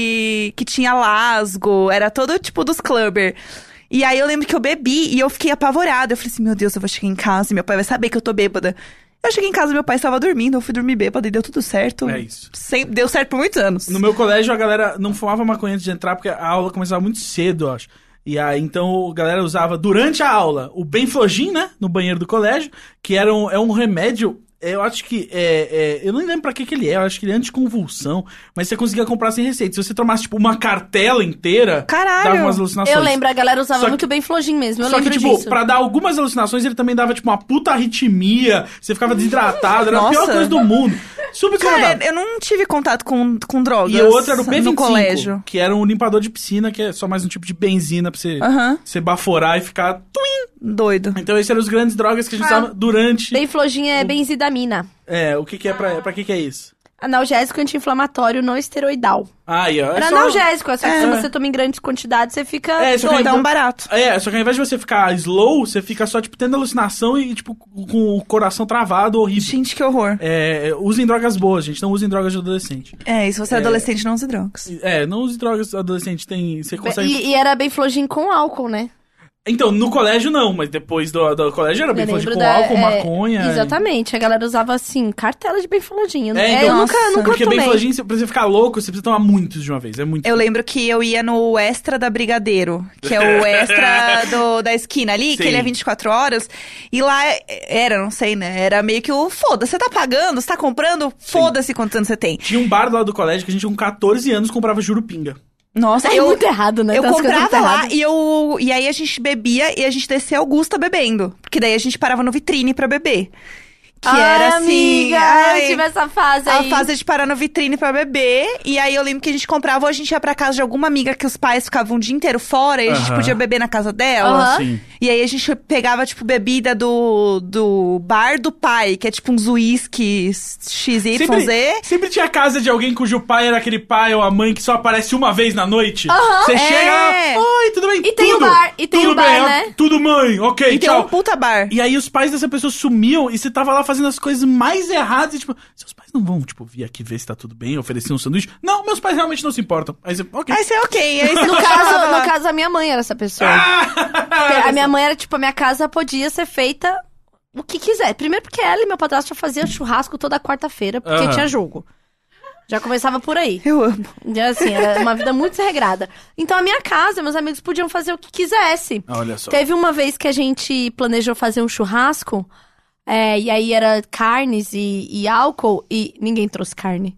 que tinha Lasgo, era todo, tipo, dos clubber. E aí eu lembro que eu bebi e eu fiquei apavorada. Eu falei assim, meu Deus, eu vou chegar em casa e meu pai vai saber que eu tô bêbada. Eu cheguei em casa, meu pai estava dormindo, eu fui dormir bêbada e deu tudo certo. É isso. Deu certo por muitos anos. No meu colégio, a galera não fumava maconha antes de entrar, porque a aula começava muito cedo, eu acho. E aí, então, a galera usava, durante a aula, o Benflogin, né? No banheiro do colégio, que é um remédio... Eu acho que eu não lembro pra que ele é, eu acho que ele é anticonvulsão, mas você conseguia comprar sem receita. Se você tomasse, tipo, uma cartela inteira, Caralho! dava umas alucinações. Eu lembro, a galera usava Só que- muito bem flojinho mesmo. Eu Só lembro que, tipo, disso. pra dar algumas alucinações, ele também dava, tipo, uma puta arritmia, você ficava desidratado, era a Nossa. pior coisa do mundo. Super desconfortável. Cara, eu não tive contato com drogas. E o outro era o P25, no colégio. que era um limpador de piscina, que é só mais um tipo de benzina pra você, Aham. você baforar e ficar... Doido. Então esses eram os grandes drogas que a gente usava durante... Bem flojinho é benzidamina. O que é pra que é isso? Analgésico anti-inflamatório não esteroidal. Aí, ó. Era analgésico, só que se você toma em grandes quantidades, você fica Só que doido. Dá um barato. só que ao invés de você ficar slow, você fica só, tipo, tendo alucinação e, tipo, com o coração travado, horrível. Gente, que horror. Usem drogas boas, gente. Não usem drogas de adolescente. E se você é adolescente, não use drogas. Não use drogas adolescente. Você consegue... E era bem flojinho com álcool, né? Então, no colégio não, mas depois do colégio era bem Eu flojinho lembro com álcool, maconha. Exatamente, a galera usava assim, cartela de bem flojinho. Então, eu nunca porque tomei. bem flojinho, pra você ficar louco, você precisa tomar muitos de uma vez. É muito. Eu lembro que eu ia no Extra da Brigadeiro, que é o Extra da esquina ali, que Sim. ele é 24 horas. E lá não sei, né? Era meio que o foda-se, você tá pagando, você tá comprando, foda-se quantos anos você tem. Tinha um bar lá do colégio que a gente com 14 anos comprava jurupinga. Nossa, É muito errado, né? Eu Tem umas coisas comprava muito lá erradas. e aí a gente bebia e a gente descia Augusta bebendo. Porque daí a gente parava no vitrine pra beber. Que era assim... eu tive essa fase aí. A fase de parar no vitrine pra beber. E aí eu lembro que a gente comprava, ou a gente ia pra casa de alguma amiga que os pais ficavam o dia inteiro fora. E a gente podia beber na casa dela. Sim. E aí a gente pegava, tipo, bebida do bar do pai. Que é tipo uns uísque XYZ. Sempre tinha casa de alguém cujo pai era aquele pai ou a mãe que só aparece uma vez na noite. Você chega lá, oi, tudo bem? E tem o bar, tudo bem, né? Tudo, mãe, ok, E tchau. tem um puta bar. E aí os pais dessa pessoa sumiam e você tava lá fazendo as coisas mais erradas e tipo, seus pais não vão, tipo, vir aqui ver se tá tudo bem, oferecer um sanduíche? Não, meus pais realmente não se importam. Aí você, ok. Aí você, ok. Aí você No caso, a minha mãe era essa pessoa. A minha mãe era, tipo, a minha casa podia ser feita o que quiser. Primeiro porque ela e meu padrasto faziam churrasco toda quarta-feira, porque tinha jogo. Já começava por aí. Eu amo. E, assim, era uma vida muito desregrada. Então, a minha casa, meus amigos podiam fazer o que quisesse. Olha só. Teve uma vez que a gente planejou fazer um churrasco, e aí era carnes e álcool, e ninguém trouxe carne.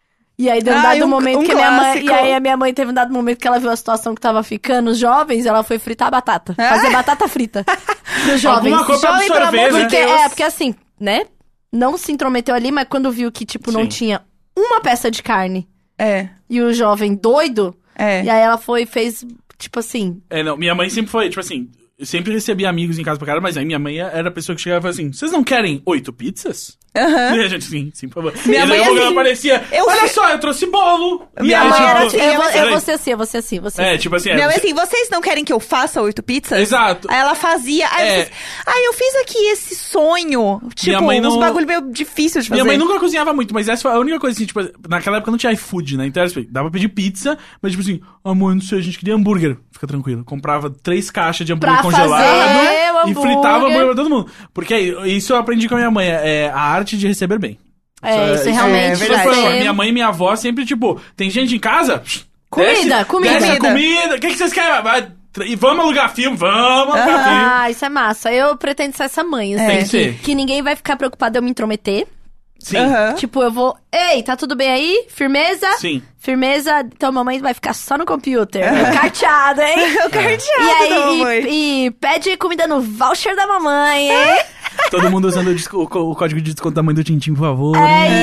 E aí deu um dado momento que a minha mãe. E aí a minha mãe teve um dado momento que ela viu a situação que tava ficando, os jovens, ela foi fritar batata. Fazer batata frita. Dos jovens. Alguma coisa pra Jovem, pelo absorver, amor né? de Deus. Porque assim, né? Não se intrometeu ali, mas quando viu que, tipo, não Sim. tinha uma peça de carne É. e o jovem doido, É. e aí ela foi e fez, tipo assim. Não, minha mãe sempre foi, tipo assim, eu sempre recebia amigos em casa pra caralho, mas aí minha mãe era a pessoa que chegava e falava assim, vocês não querem 8 pizzas? Aham. E a gente, sim, por favor. Minha e mãe daí ela assim, aparecia, olha só, eu trouxe bolo. Minha aí, mãe tipo, era assim, Eu vou ser assim, eu vou ser assim, você. tipo assim, Minha mãe assim, vocês não querem que eu faça 8 pizzas? Exato. Aí ela fazia. Aí eu fiz aqui esse sonho. Tipo, Minha mãe não- uns bagulho meio difícil de fazer. Minha mãe nunca cozinhava muito, mas essa foi a única coisa assim, tipo, naquela época não tinha iFood, né? Então dava pra pedir pizza, mas tipo assim, amor, não sei, a gente queria hambúrguer. Fica tranquilo. Comprava 3 caixas de hambúrguer Pra congelado fazer o e hambúrguer. fritava hambúrguer pra todo mundo. Porque isso eu aprendi com a minha mãe, é a arte de receber bem. Isso realmente. verdade. você- Minha mãe e minha avó sempre, tipo, tem gente em casa? Comida, comida. Desce a comida. O que vocês querem? E vamos alugar filme? Vamos alugar filme. Ah, isso é massa. Eu pretendo ser essa mãe, assim. Tem que ser. Que ninguém vai ficar preocupado eu me intrometer. Sim. Aham. Tipo, eu vou... Ei, tá tudo bem aí? Firmeza? Sim. Firmeza. Então, mamãe vai ficar só no computer. Carteado, hein? O cardeado E da aí, mamãe. e pede comida no voucher da mamãe, hein? Todo mundo usando o código de desconto da mãe do Tintim, por favor.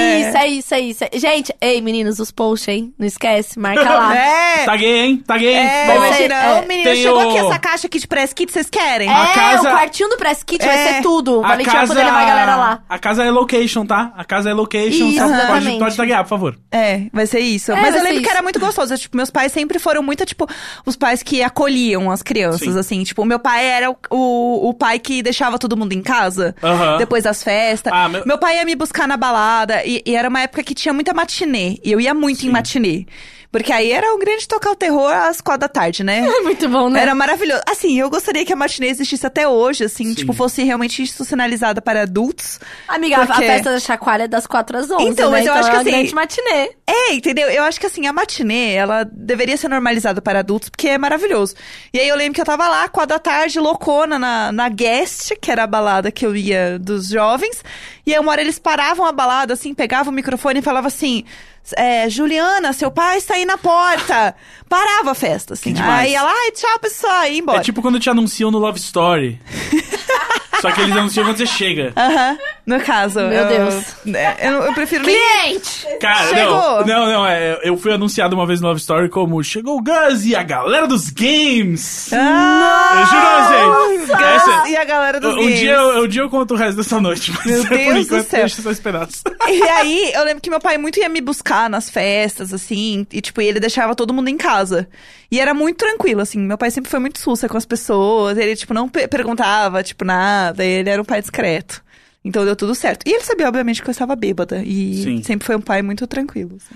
É isso. Gente, ei, meninos, os posts, hein? Não esquece, marca lá. É. Taguei, hein? Taguei, hein? É, Bom, imagina. é, Ô, menina, tem chegou o- aqui essa caixa aqui de press kit, vocês querem? A casa- o quartinho do Press Kit vai É. ser tudo. O a Valentim vai poder levar a galera lá. A casa é location, tá? A casa é location. Isso, Só exatamente. pode taguear, por favor. Vai ser isso. É, Mas vai eu ser lembro que isso. era muito gostoso. Tipo, meus pais sempre foram muito, tipo, os pais que acolhiam as crianças, Sim. assim. Tipo, meu pai era o pai que deixava todo mundo em casa. Aham. Depois das festas. Ah, meu pai ia me buscar na balada. E era uma época que tinha muita matinê. E eu ia muito em matinê. Porque aí era um grande tocar o terror às 4 da tarde, né? É muito bom, né? Era maravilhoso. Assim, eu gostaria que a matinê existisse até hoje, assim. Sim. Tipo, fosse realmente institucionalizada para adultos. Amiga, Porque- a festa da chacoalha é das 4 às 11, Então, né? mas eu acho que é uma assim- grande matinê. Entendeu? Eu acho que assim, a matinê, ela deveria ser normalizada para adultos, porque é maravilhoso. E aí eu lembro que eu tava lá, 4 da tarde, loucona, na Guest, que era a balada que eu ia dos jovens. E aí uma hora eles paravam a balada, assim, pegavam o microfone e falavam assim... Juliana, seu pai está aí na porta. Parava a festa, assim. Que demais. Aí ela, ai, tchau, pessoal, e ia embora. É tipo quando te anunciam no Love Story. Só que eles anunciam quando você chega. Aham, no caso. Meu Deus. Eu prefiro nem... Cliente! Cara, Chegou. não, eu fui anunciado uma vez no Love Story como chegou o Gus e a galera dos games. Eu juro a vocês. Essa- E a galera dos um games. dia eu conto o resto dessa noite. Mas Meu por Deus do enquanto, céu. deixa só esse pedaço. E aí, eu lembro que meu pai muito ia me buscar nas festas, assim, e tipo, ele deixava todo mundo em casa. E era muito tranquilo, assim, meu pai sempre foi muito sussa com as pessoas, ele, tipo, não perguntava, tipo, nada, ele era um pai discreto. Então deu tudo certo. E ele sabia, obviamente, que eu estava bêbada, e Sim. sempre foi um pai muito tranquilo, assim.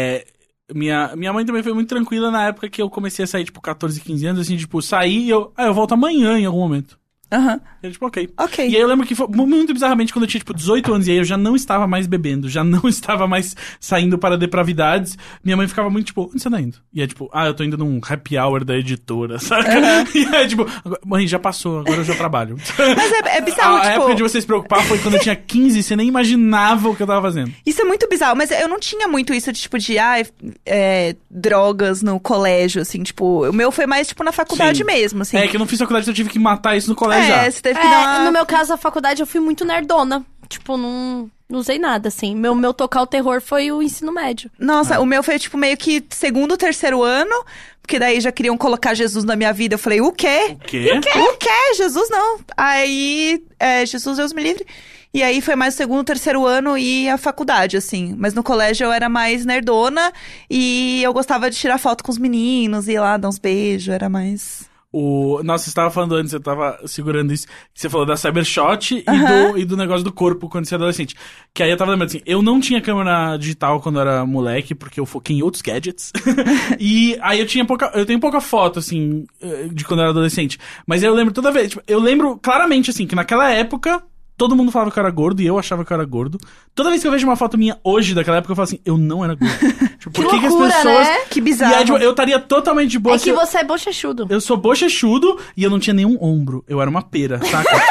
Minha mãe também foi muito tranquila na época que eu comecei a sair, tipo, 14, 15 anos, assim, tipo, saí e eu volto amanhã em algum momento. Aham. Ele, tipo, ok. Ok. E aí eu lembro que foi muito bizarramente quando eu tinha, tipo, 18 anos, e aí eu já não estava mais bebendo, já não estava mais saindo para depravidades. Minha mãe ficava muito, tipo, onde você tá indo? E é tipo, eu tô indo num happy hour da editora, sabe? E aí, tipo, mãe, já passou, agora eu já trabalho. Mas é bizarro, A tipo... época de você se preocupar foi quando eu tinha 15, você nem imaginava o que eu tava fazendo. Isso é muito bizarro, mas eu não tinha muito isso de, tipo, de, drogas no colégio, assim, tipo... O meu foi mais, tipo, na faculdade Sim. mesmo, assim. É que eu não fiz faculdade, então eu tive que matar isso no colégio já. Você teve que dar uma... No meu caso, a faculdade, eu fui muito nerdona. tipo, não usei nada, assim. Meu tocar o terror foi o ensino médio. Nossa, o meu foi, tipo, meio que segundo, terceiro ano. Porque daí já queriam colocar Jesus na minha vida. Eu falei, o quê? O quê? O quê? Jesus não. Aí, Jesus, Deus me livre. E aí foi mais o segundo, terceiro ano e a faculdade, assim. Mas no colégio eu era mais nerdona. E eu gostava de tirar foto com os meninos, ir lá dar uns beijos. Era mais... Nossa, você estava falando antes, eu tava segurando isso. Você falou da Cybershot e do negócio do corpo quando você é adolescente. Que aí eu tava lembrando assim, eu não tinha câmera digital quando eu era moleque, porque eu foquei em outros gadgets. E aí eu tenho pouca foto, assim, de quando eu era adolescente. Mas eu lembro toda vez, tipo, eu lembro claramente, assim, que naquela época... Todo mundo falava que eu era gordo e eu achava que eu era gordo. Toda vez que eu vejo uma foto minha hoje daquela época, eu falo assim, eu não era gordo. Tipo, por que loucura, as pessoas... né? Que bizarro. E aí, tipo, eu estaria totalmente de boa. É que você é bochechudo. Eu sou bochechudo e eu não tinha nenhum ombro. Eu era uma pera, saca?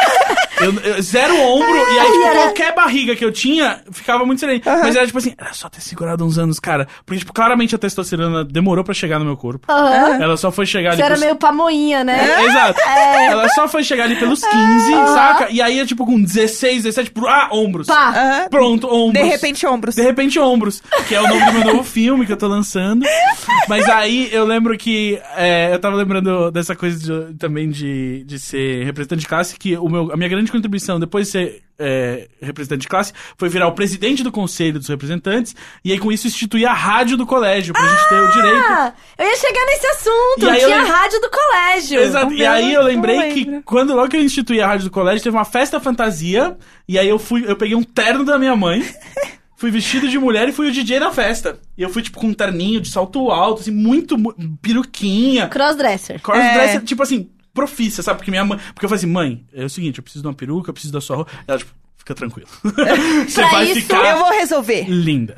Eu zero ombro, e aí, tipo, qualquer barriga que eu tinha, ficava muito sereno. Mas era, tipo assim, era só ter segurado uns anos, cara. Porque, tipo, claramente a testosterona demorou pra chegar no meu corpo. Ela só foi chegar ali... Você era meio pamoinha, né? Exato. Ela só foi chegar ali pelos 15, saca? E aí, tipo, com 16, 17, tipo, ombros. Pá. Pronto, ombros. De repente, ombros. De repente, ombros. Que é o nome do meu novo filme que eu tô lançando. Mas aí, eu lembro que... eu tava lembrando dessa coisa também de ser representante de classe, que a minha grande contribuição, depois de ser representante de classe, foi virar o presidente do conselho dos representantes, e aí com isso instituir a rádio do colégio, pra gente ter o direito. Eu ia chegar nesse assunto, E aí tinha a rádio do colégio. Exato, e aí eu lembrei que logo que eu instituí a rádio do colégio, teve uma festa fantasia, e aí eu peguei um terno da minha mãe, fui vestido de mulher e fui o DJ na festa. E eu fui, tipo, com um terninho de salto alto, assim, muito peruquinha. Crossdresser. Crossdresser, tipo assim, profícia, sabe? Porque minha mãe... Porque eu falei assim, mãe, é o seguinte, eu preciso de uma peruca, eu preciso da sua roupa. Ela, tipo, fica tranquilo. Você Pra vai isso, ficar... Eu vou resolver. linda.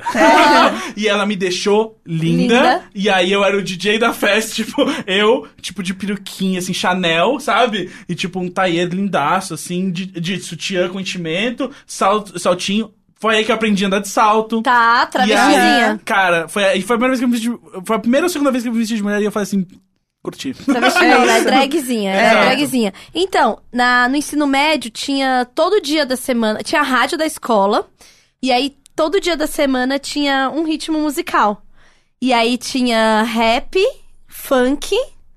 E ela me deixou linda. E aí eu era o DJ da festa, tipo, tipo, de peruquinha, assim, Chanel, sabe? E, tipo, um tailleur lindaço, assim, de sutiã com enchimento, saltinho. Foi aí que eu aprendi a andar de salto. Tá, travestizinha. Cara, foi a primeira vez que eu me vesti... Foi a primeira ou segunda vez que eu me vesti de mulher e eu falei assim... Curti. Travesti não, né? Dragzinha. Era dragzinha. Então, no ensino médio, tinha todo dia da semana... Tinha a rádio da escola. E aí, todo dia da semana, tinha um ritmo musical. E aí, tinha rap, funk,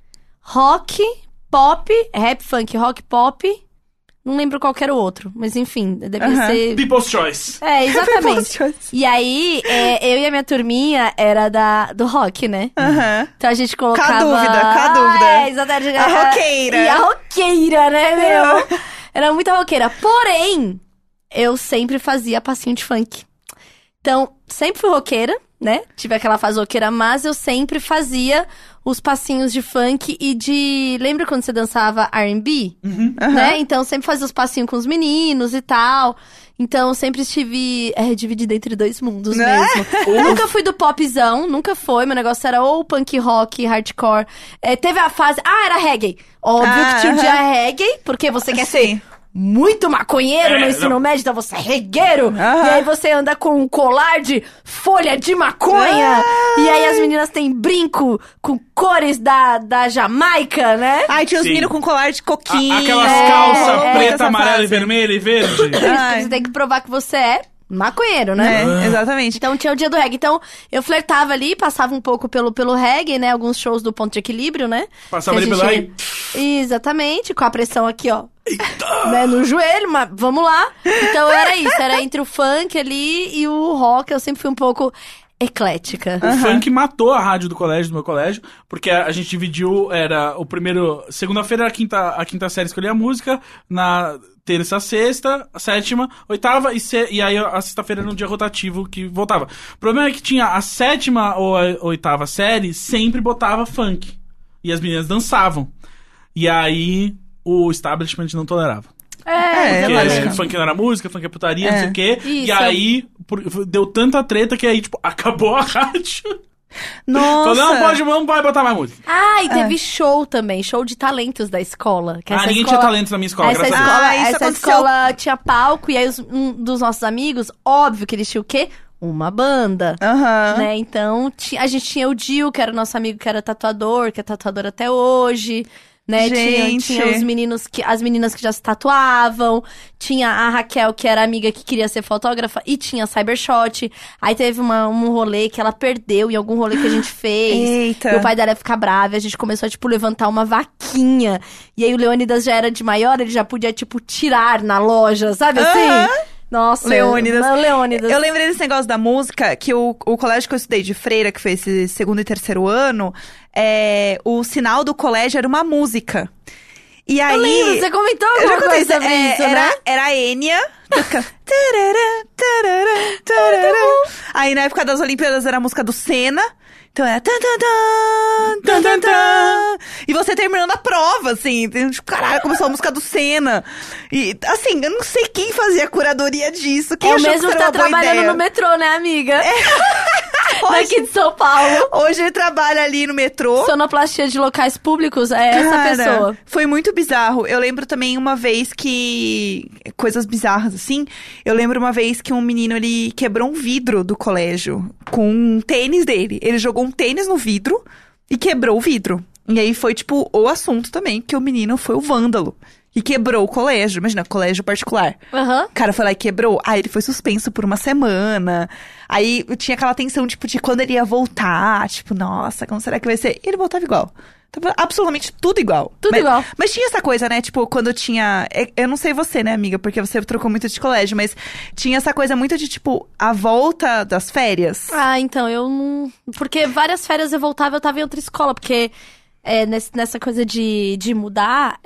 rock, pop... Rap, funk, rock, pop... Não lembro qual que era o outro. Mas, enfim, devia ser... People's Choice. Exatamente. People's Choice. E aí, eu e a minha turminha era do rock, né? Então a gente colocava... Com a dúvida. Exatamente. A roqueira. E a roqueira, né, meu? Era muita roqueira. Porém, eu sempre fazia passinho de funk. Então, sempre fui roqueira, né? Tive aquela fase roqueira, mas eu sempre fazia os passinhos de funk e de... Lembra quando você dançava R&B? Né? Então, sempre fazia os passinhos com os meninos e tal. Então, sempre estive dividida entre dois mundos mesmo. Eu nunca fui do popzão, nunca foi. Meu negócio era ou punk rock, hardcore. Teve a fase... era reggae. Óbvio que tinha um dia reggae, porque você quer ser... muito maconheiro no ensino médio, então você é regueiro. E aí você anda com um colar de folha de maconha. E aí as meninas têm brinco com cores da Jamaica, né? Ai, tinha os meninos com colar de coquinho. Aquelas calças preta, essa amarela fase. e vermelha e verde. Você tem que provar que você é maconheiro, né? Exatamente. Então tinha o dia do reggae. Então eu flertava ali, passava um pouco pelo reggae, né? Alguns shows do Ponto de Equilíbrio, né? Passava Que a ali pelo gente- aí. Exatamente, com a pressão aqui, ó. Né, no joelho, mas vamos lá. Então era isso, era entre o funk ali e o rock. Eu sempre fui um pouco eclética. O funk matou a rádio do meu colégio, porque a gente dividiu, era o primeiro... Segunda-feira era a quinta série escolhia a música, na terça, sexta, a sétima, oitava, e aí a sexta-feira era um dia rotativo que voltava. O problema é que tinha a sétima ou a oitava série, sempre botava funk. E as meninas dançavam. E aí o establishment não tolerava. Porque funk não era música, funk é putaria, não sei o quê. Isso. E aí deu tanta treta que aí, tipo, acabou a rádio. Nossa. Falou, não vai botar mais música. E teve show também, show de talentos da escola. Que essa Ninguém escola, tinha talentos na minha escola, essa graças a Deus. escola, isso essa aconteceu. escola tinha palco, e aí um dos nossos amigos, óbvio que eles tinham o quê? Uma banda. Né? Então, a gente tinha o Dil, que era o nosso amigo que era tatuador, que é tatuador até hoje. né? Gente. Tinha os meninos as meninas que já se tatuavam, tinha a Raquel, que era amiga que queria ser fotógrafa, e tinha a Cybershot. Aí teve um rolê que ela perdeu em algum rolê que a gente fez. Eita. E o pai dela ia ficar bravo, e a gente começou a, tipo, levantar uma vaquinha. E aí o Leônidas já era de maior, ele já podia, tipo, tirar na loja, sabe assim? Nossa, Leônidas. Leônidas. Eu lembrei desse negócio da música, que o colégio que eu estudei de freira, que foi esse 2º e 3º ano, o sinal do colégio era uma música. E aí... Eu lembro, você comentou Eu já alguma contei coisa sobre isso, né? Era a Enya. Aí na época das Olimpíadas era a música do Senna. Então era... E você terminando a prova, assim. Tipo, caralho, começou a música do Senna. E, assim, eu não sei quem fazia a curadoria disso. Quem É o achou mesmo que era tá uma boa trabalhando ideia? no metrô, né, amiga? Daqui de São Paulo. Hoje ele trabalha ali no metrô. Sonoplastia de locais públicos é essa Cara, pessoa. foi muito bizarro. Eu lembro também uma vez que... Coisas bizarras, assim. Eu lembro uma vez que um menino, ele quebrou um vidro do colégio com um tênis dele. Ele jogou um tênis no vidro e quebrou o vidro. E aí foi, tipo, o assunto também, que o menino foi o vândalo. E quebrou o colégio. Imagina, colégio particular. Aham. O cara foi lá e quebrou. Aí ele foi suspenso por uma semana. Aí tinha aquela tensão, tipo, de quando ele ia voltar. Tipo, nossa, como será que vai ser? E ele voltava igual. Tava absolutamente tudo igual. Tudo igual. Mas tinha essa coisa, né? Tipo, quando tinha... Eu não sei você, né, amiga? Porque você trocou muito de colégio. Mas tinha essa coisa muito de, tipo, a volta das férias. Ah, então, eu não... Porque várias férias eu voltava, eu tava em outra escola. Porque nessa coisa de mudar,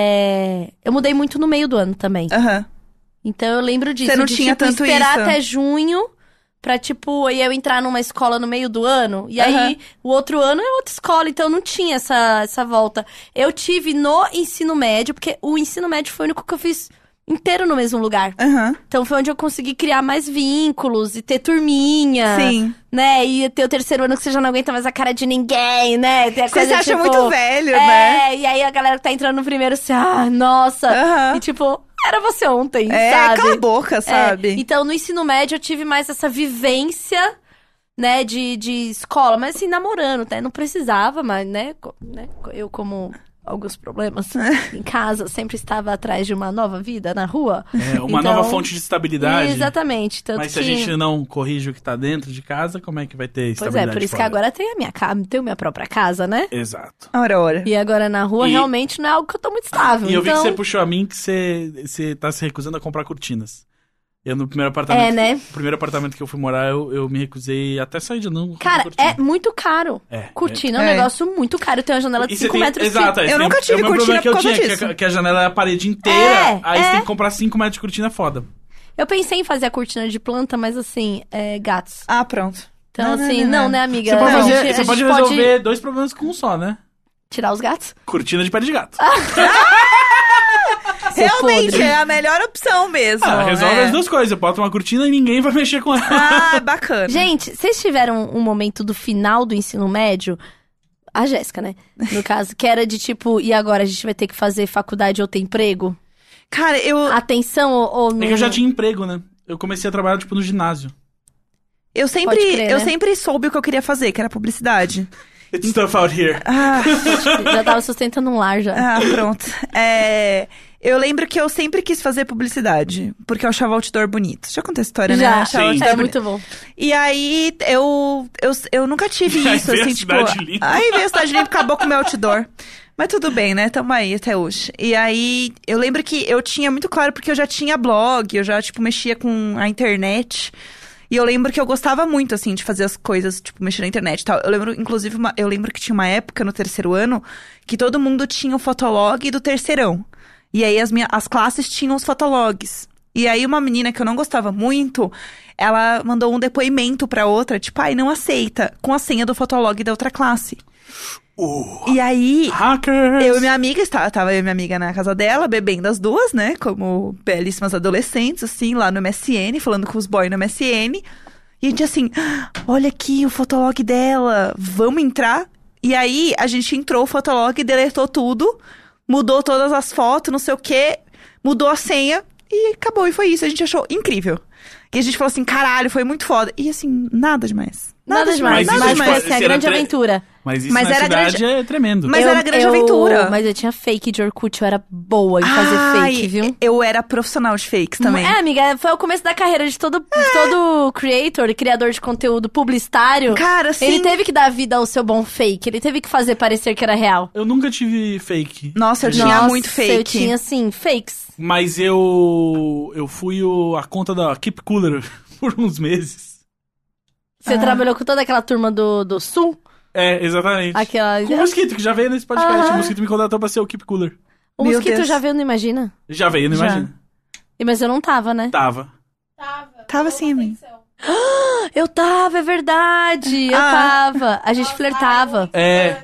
eu mudei muito no meio do ano também. Aham. Então eu lembro disso. Você não de, tinha tipo, tanto esperar isso. até junho pra, tipo, aí eu entrar numa escola no meio do ano. E Aham. aí, o outro ano é outra escola. Então não tinha essa volta. Eu tive no ensino médio, porque o ensino médio foi o único que eu fiz inteiro no mesmo lugar. Aham. Então foi onde eu consegui criar mais vínculos e ter turminha. Sim. Né? E ter o terceiro ano que você já não aguenta mais a cara de ninguém, né? Tem a Você coisa, se acha tipo, muito velho, né? E aí a galera que tá entrando no primeiro, assim, nossa. Aham. E tipo, era você ontem, É, sabe? cala a boca, sabe? Então, no ensino médio, eu tive mais essa vivência, né, de escola. Mas assim, namorando, né? Não precisava, mas, né? Eu, como alguns problemas em casa, sempre estava atrás de uma nova vida na rua. Uma Então, nova fonte de estabilidade. Exatamente. Tanto Mas se a gente não corrige o que tá dentro de casa, como é que vai ter Pois estabilidade por isso fora? que agora tem a minha casa, tenho minha própria casa, né? Exato. Ora. E agora na rua, E- realmente, não é algo que eu tô muito estável. E eu vi então... que você puxou a mim que você tá se recusando a comprar cortinas. Eu no primeiro apartamento... né? O primeiro apartamento que eu fui morar, eu me recusei até sair de não. Cara, é muito caro. Cortina é um É. negócio muito caro. Tem uma janela de E você 5 metros. Exato, Eu nunca tive o meu cortina problema que eu por causa tinha, disso. que a janela é a parede inteira, aí você tem que comprar 5 metros de cortina foda. Eu pensei em fazer a cortina de planta, mas assim, gatos. Ah, pronto. Então, assim, não, né, amiga? Você pode, A fazer, gente- a você pode gente resolver 2 problemas com um só, né? tirar os gatos? Cortina de pele de gato. Realmente, podre. é a melhor opção mesmo. Resolve é. as duas coisas. Bota uma cortina e ninguém vai mexer com ela. Ah, bacana. Gente, vocês tiveram um momento do final do ensino médio, a Jéssica, né? No caso, que era de tipo, e agora a gente vai ter que fazer faculdade ou ter emprego? Cara, eu Atenção ou não? É que eu já tinha emprego, né? Eu comecei a trabalhar, tipo, no ginásio. sempre, Pode crer, eu né? sempre soube o que eu queria fazer, que era publicidade. It's stuff out here. Ah, Já tava sustentando um lar já. pronto. Eu lembro que eu sempre quis fazer publicidade, porque eu achava outdoor bonito. Já contei a história, né? Eu Já, achava sim. outdoor é bonito. muito bom. E aí, eu nunca tive Aí isso, veio a assim, tipo... Cidade Limpa. Aí veio a Cidade Limpa e acabou com o meu outdoor. Mas tudo bem, né? Tamo aí até hoje. E aí, eu lembro que eu tinha muito claro, porque eu já tinha blog, eu já, tipo, mexia com a internet. E eu lembro que eu gostava muito, assim, de fazer as coisas, tipo, mexer na internet e tal. Eu lembro, inclusive, eu lembro que tinha uma época no terceiro ano que todo mundo tinha o fotolog do terceirão. E aí, as classes tinham os fotologs. E aí, uma menina que eu não gostava muito, ela mandou um depoimento pra outra, tipo, não aceita, com a senha do fotolog da outra classe. E aí, Hackers! eu e minha amiga, tava eu e minha amiga na casa dela, bebendo as duas, né? Como belíssimas adolescentes, assim, lá no MSN, falando com os boys no MSN. E a gente assim, olha aqui o fotolog dela, vamos entrar? E aí, a gente entrou o fotolog, deletou tudo, mudou todas as fotos, não sei o quê, mudou a senha e acabou. E foi isso, a gente achou incrível. que a gente falou assim, caralho, foi muito foda. E assim, nada demais. Nada demais. Mas Mas isso, foi tipo, assim, a era grande aventura. Mas isso Mas na era cidade é tremendo. Mas era grande aventura. Mas eu tinha fake de Orkut, eu era boa em fazer fake, viu? Eu era profissional de fakes também. É, amiga, foi o começo da carreira de todo creator, criador de conteúdo publicitário. Cara, sim. Ele teve que dar vida ao seu bom fake, ele teve que fazer parecer que era real. Eu nunca tive fake. Nossa, eu tinha Nossa, muito fake. eu tinha, assim, fakes. Mas eu fui a conta da Keep Cooler por uns meses. Você trabalhou com toda aquela turma do Sul? É, exatamente. Aquela... Com o Mosquito, que já veio nesse podcast. Aham. O Mosquito me contratou pra ser o Keep Cooler. O Meu Mosquito Deus. já veio, não imagina? Já veio, não Já. imagina. Mas eu não tava, né? Tava. Tava sim, amiga. Eu tava, é verdade. Eu tava. A gente flertava. É.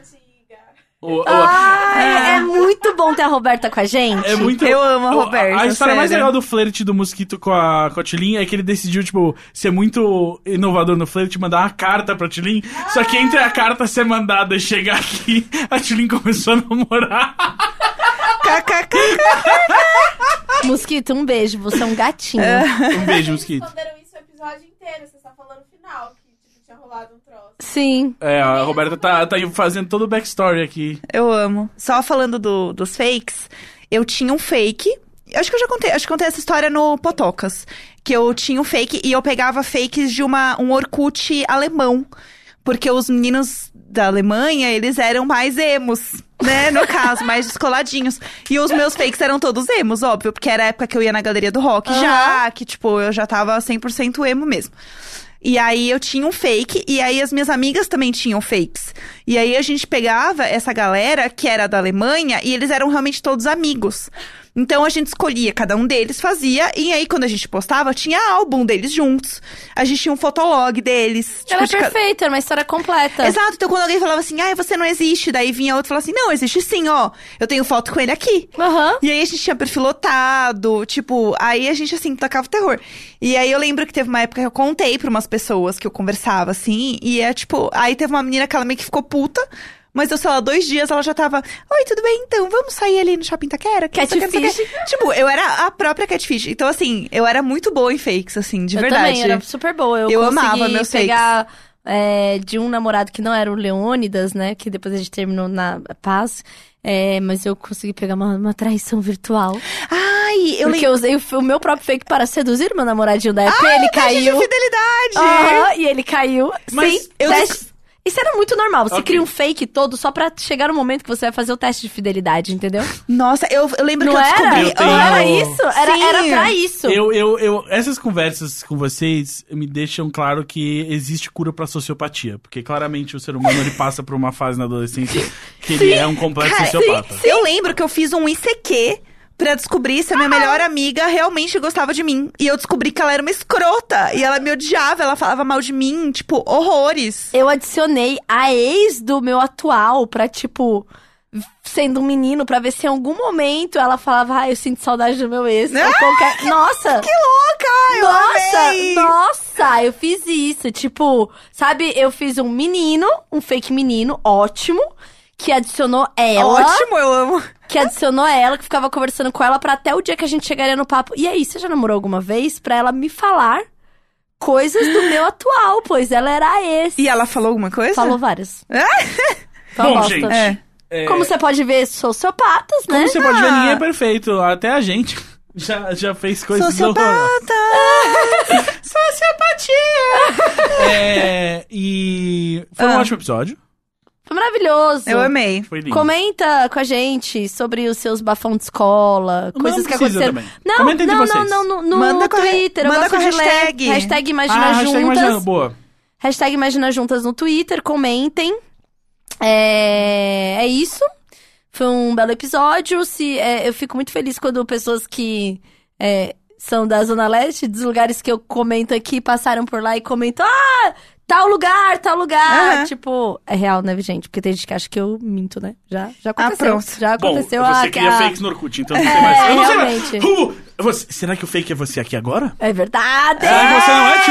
É muito bom ter a Roberta com a gente. É muito... Eu amo a Roberta, A história mais sério. legal do flerte do Mosquito com a Tilin é que ele decidiu, tipo, ser muito inovador no flerte, mandar uma carta pra Tilin. Só que entre a carta ser mandada e chegar aqui, a Tilin começou a namorar. Mosquito, um beijo. Você é um gatinho. Um beijo, Mosquito. Responderam isso o episódio inteiro, você só falou no final, que tipo, tinha rolado um troço. Sim. É, a Roberta tá fazendo todo o backstory aqui. Eu amo. Só falando dos fakes, eu tinha um fake. Acho que eu contei essa história no Potocas. Que eu tinha um fake e eu pegava fakes de um Orkut alemão. Porque os meninos da Alemanha, eles eram mais emos, né? No caso, mais descoladinhos. E os meus fakes eram todos emos, óbvio. Porque era a época que eu ia na Galeria do Rock já. Que, tipo, eu já tava 100% emo mesmo. E aí eu tinha um fake, e aí as minhas amigas também tinham fakes. E aí a gente pegava essa galera que era da Alemanha, e eles eram realmente todos amigos. Então a gente escolhia, cada um deles fazia, e aí quando a gente postava, tinha álbum deles juntos. A gente tinha um fotolog deles. Ela é de perfeita, era uma história completa. Exato, então quando alguém falava assim, ai, você não existe, daí vinha outro e falava assim, não, existe sim, ó, eu tenho foto com ele aqui. Aham. E aí a gente tinha perfil lotado, tipo, aí a gente, assim, tacava o terror. E aí eu lembro que teve uma época que eu contei pra umas pessoas que eu conversava, assim, e é tipo, aí teve uma menina que ela meio que ficou puta, mas deu, sei lá, 2 dias, ela já tava, oi, tudo bem, então, vamos sair ali no Shopping Itaquera? Que não sei o que, não sei o que. Catfish. Tipo, eu era a própria catfish. Então, assim, eu era muito boa em fakes, assim, de Eu verdade. também, era super boa. Eu Eu consegui amava meus pegar de um namorado que não era o Leônidas, né? Que depois a gente terminou na paz. Mas eu consegui pegar uma traição virtual. Ai, eu Porque eu usei o meu próprio fake para seduzir meu namoradinho da época. Ai, Ele teste caiu. de fidelidade! Aham, e ele caiu. Mas Sim, eu Isso era muito normal. Você Ok. cria um fake todo só pra chegar no momento que você vai fazer o teste de fidelidade, entendeu? Nossa, eu lembro Não que eu era? descobri... Eu tenho- Não era isso? Sim. Era pra isso. Essas conversas com vocês me deixam claro que existe cura pra sociopatia. Porque claramente o ser humano ele passa por uma fase na adolescência que ele é um completo Cara, sociopata. Eu lembro que eu fiz um ICQ pra descobrir se a minha melhor amiga realmente gostava de mim. E eu descobri que ela era uma escrota. E ela me odiava, ela falava mal de mim, tipo, horrores. Eu adicionei a ex do meu atual pra, tipo, sendo um menino, pra ver se em algum momento ela falava, eu sinto saudade do meu ex. Ou qualquer... Nossa! Que louca! Eu amei! Nossa, eu fiz isso. Tipo, sabe, eu fiz um fake menino, ótimo, que adicionou ela. Ótimo, eu amo. Que adicionou ela, que ficava conversando com ela pra até o dia que a gente chegaria no papo. E aí, você já namorou alguma vez? Pra ela me falar coisas do meu atual, pois ela era a ex. E ela falou alguma coisa? Falou várias. Bom, bosta. gente. É. Como você pode ver, sociopatas, né? Como você pode ver, ninguém é perfeito. Até a gente já fez coisas Sociopata! horrorosas. Sociopatia! E foi um ótimo episódio. Foi maravilhoso. Eu amei. Foi lindo. Comenta com a gente sobre os seus bafão de escola, Não coisas que precisa aconteceram. também. Não, Comenta entre vocês. no Manda com a- Twitter. Eu manda gosto com a de ler. hashtag. Hashtag Imagina hashtag Juntas. Imagina, boa. Hashtag Imagina Juntas no Twitter, comentem. É isso. Foi um belo episódio. Eu fico muito feliz quando pessoas que são da Zona Leste, dos lugares que eu comento aqui, passaram por lá e comentam, tal lugar. Aham. Tipo, é real, né, gente? Porque tem gente que acha que eu minto, né? Já aconteceu. pronto. Já Bom, aconteceu. você cria fakes no Orkut, então não tem mais. Eu não sei mais. realmente. Será que o fake é você aqui agora? É verdade! Será que você não é, Tchulin?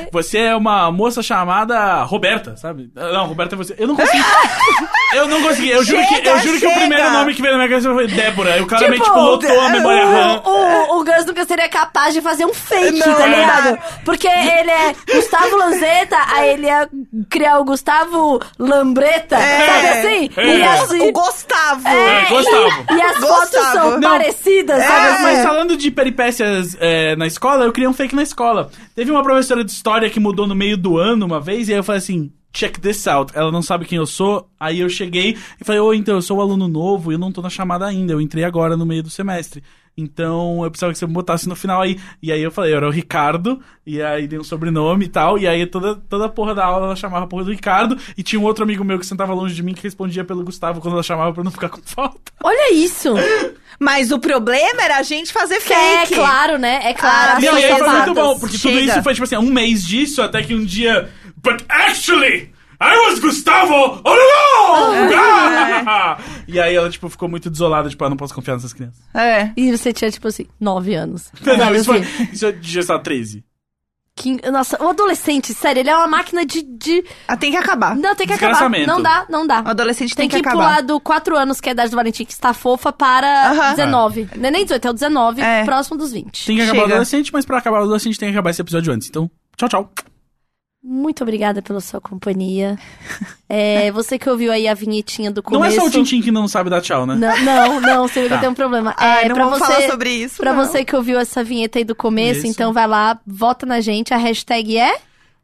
você é uma moça chamada Roberta, sabe? Não, Roberta é você. Eu não consegui. Eu juro que o primeiro nome que veio na minha cabeça foi Débora. Eu claramente lotou a memória RAM. O Gus nunca seria capaz de fazer um fake, Não, tá ligado? Porque ele é Gustavo Lanzetta, aí ele ia criar o Gustavo Lambreta, sabe assim? E assim... O Gustavo. Gustavo. E as fotos são Não. parecidas, sabe assim? Mas falando de peripécias na escola, eu criei um fake na escola. Teve uma professora de história que mudou no meio do ano uma vez, e aí eu falei assim... Check this out. Ela não sabe quem eu sou. Aí eu cheguei e falei, então, eu sou um aluno novo e eu não tô na chamada ainda. Eu entrei agora no meio do semestre. Então, eu precisava que você me botasse no final aí. E aí eu falei, eu era o Ricardo. E aí dei um sobrenome e tal. E aí toda a porra da aula ela chamava a porra do Ricardo. E tinha um outro amigo meu que sentava longe de mim que respondia pelo Gustavo quando ela chamava pra não ficar com falta. Olha isso. Mas o problema era a gente fazer Que é fake. claro, né? É claro. Não, e aí foi muito bom. Exato. Porque tudo Chega. isso foi, tipo assim, um mês disso. Até que um dia... But actually... I was Gustavo all along! E aí ela, tipo, ficou muito desolada, tipo, não posso confiar nessas crianças. E você tinha, tipo assim, 9 anos. Não, Sabe isso, assim? isso devia estar 13. Nossa, o adolescente, sério, ele é uma máquina de... Tem que acabar. Não, tem que acabar. Desgraçamento. Não dá. O adolescente tem que que acabar. pular do 4 anos, que é a idade do Valentim, que está fofa, para 19. Não é nem 18, é o 19, próximo dos 20. Tem que acabar Chega. o adolescente, mas pra acabar o adolescente tem que acabar esse episódio antes. Então, tchau. Muito obrigada pela sua companhia. Você que ouviu aí a vinhetinha do começo... Não é só o Tintin que não sabe dar tchau, né? Não, você vai ter um problema. Não pra vamos falar sobre isso, Pra não. você que ouviu essa vinheta aí do começo, Isso. então vai lá, vota na gente, a hashtag é...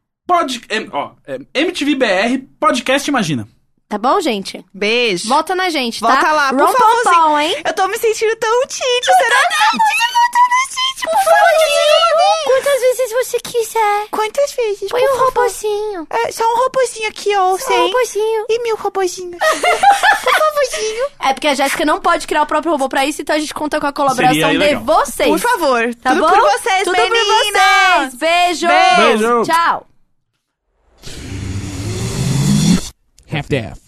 MTVBR Podcast Imagina. Tá bom, gente? Beijo. Vota na gente, tá? Volta lá, por Rom pom favorzinho. pom, hein? Eu tô me sentindo tão tímido. Será que Por favor, quantas vezes você quiser. Quantas vezes? Põe um robozinho. Só um robozinho aqui, ó. Um robozinho. E 1000 robozinhos. Por favorzinho. É porque a Jéssica não pode criar o próprio robô pra isso, então a gente conta com a colaboração Seria de legal. vocês. Por favor. Tá Tudo bom? por vocês, Tudo meninas. por vocês. Beijo. Beijo. Tchau. Half-Deaf.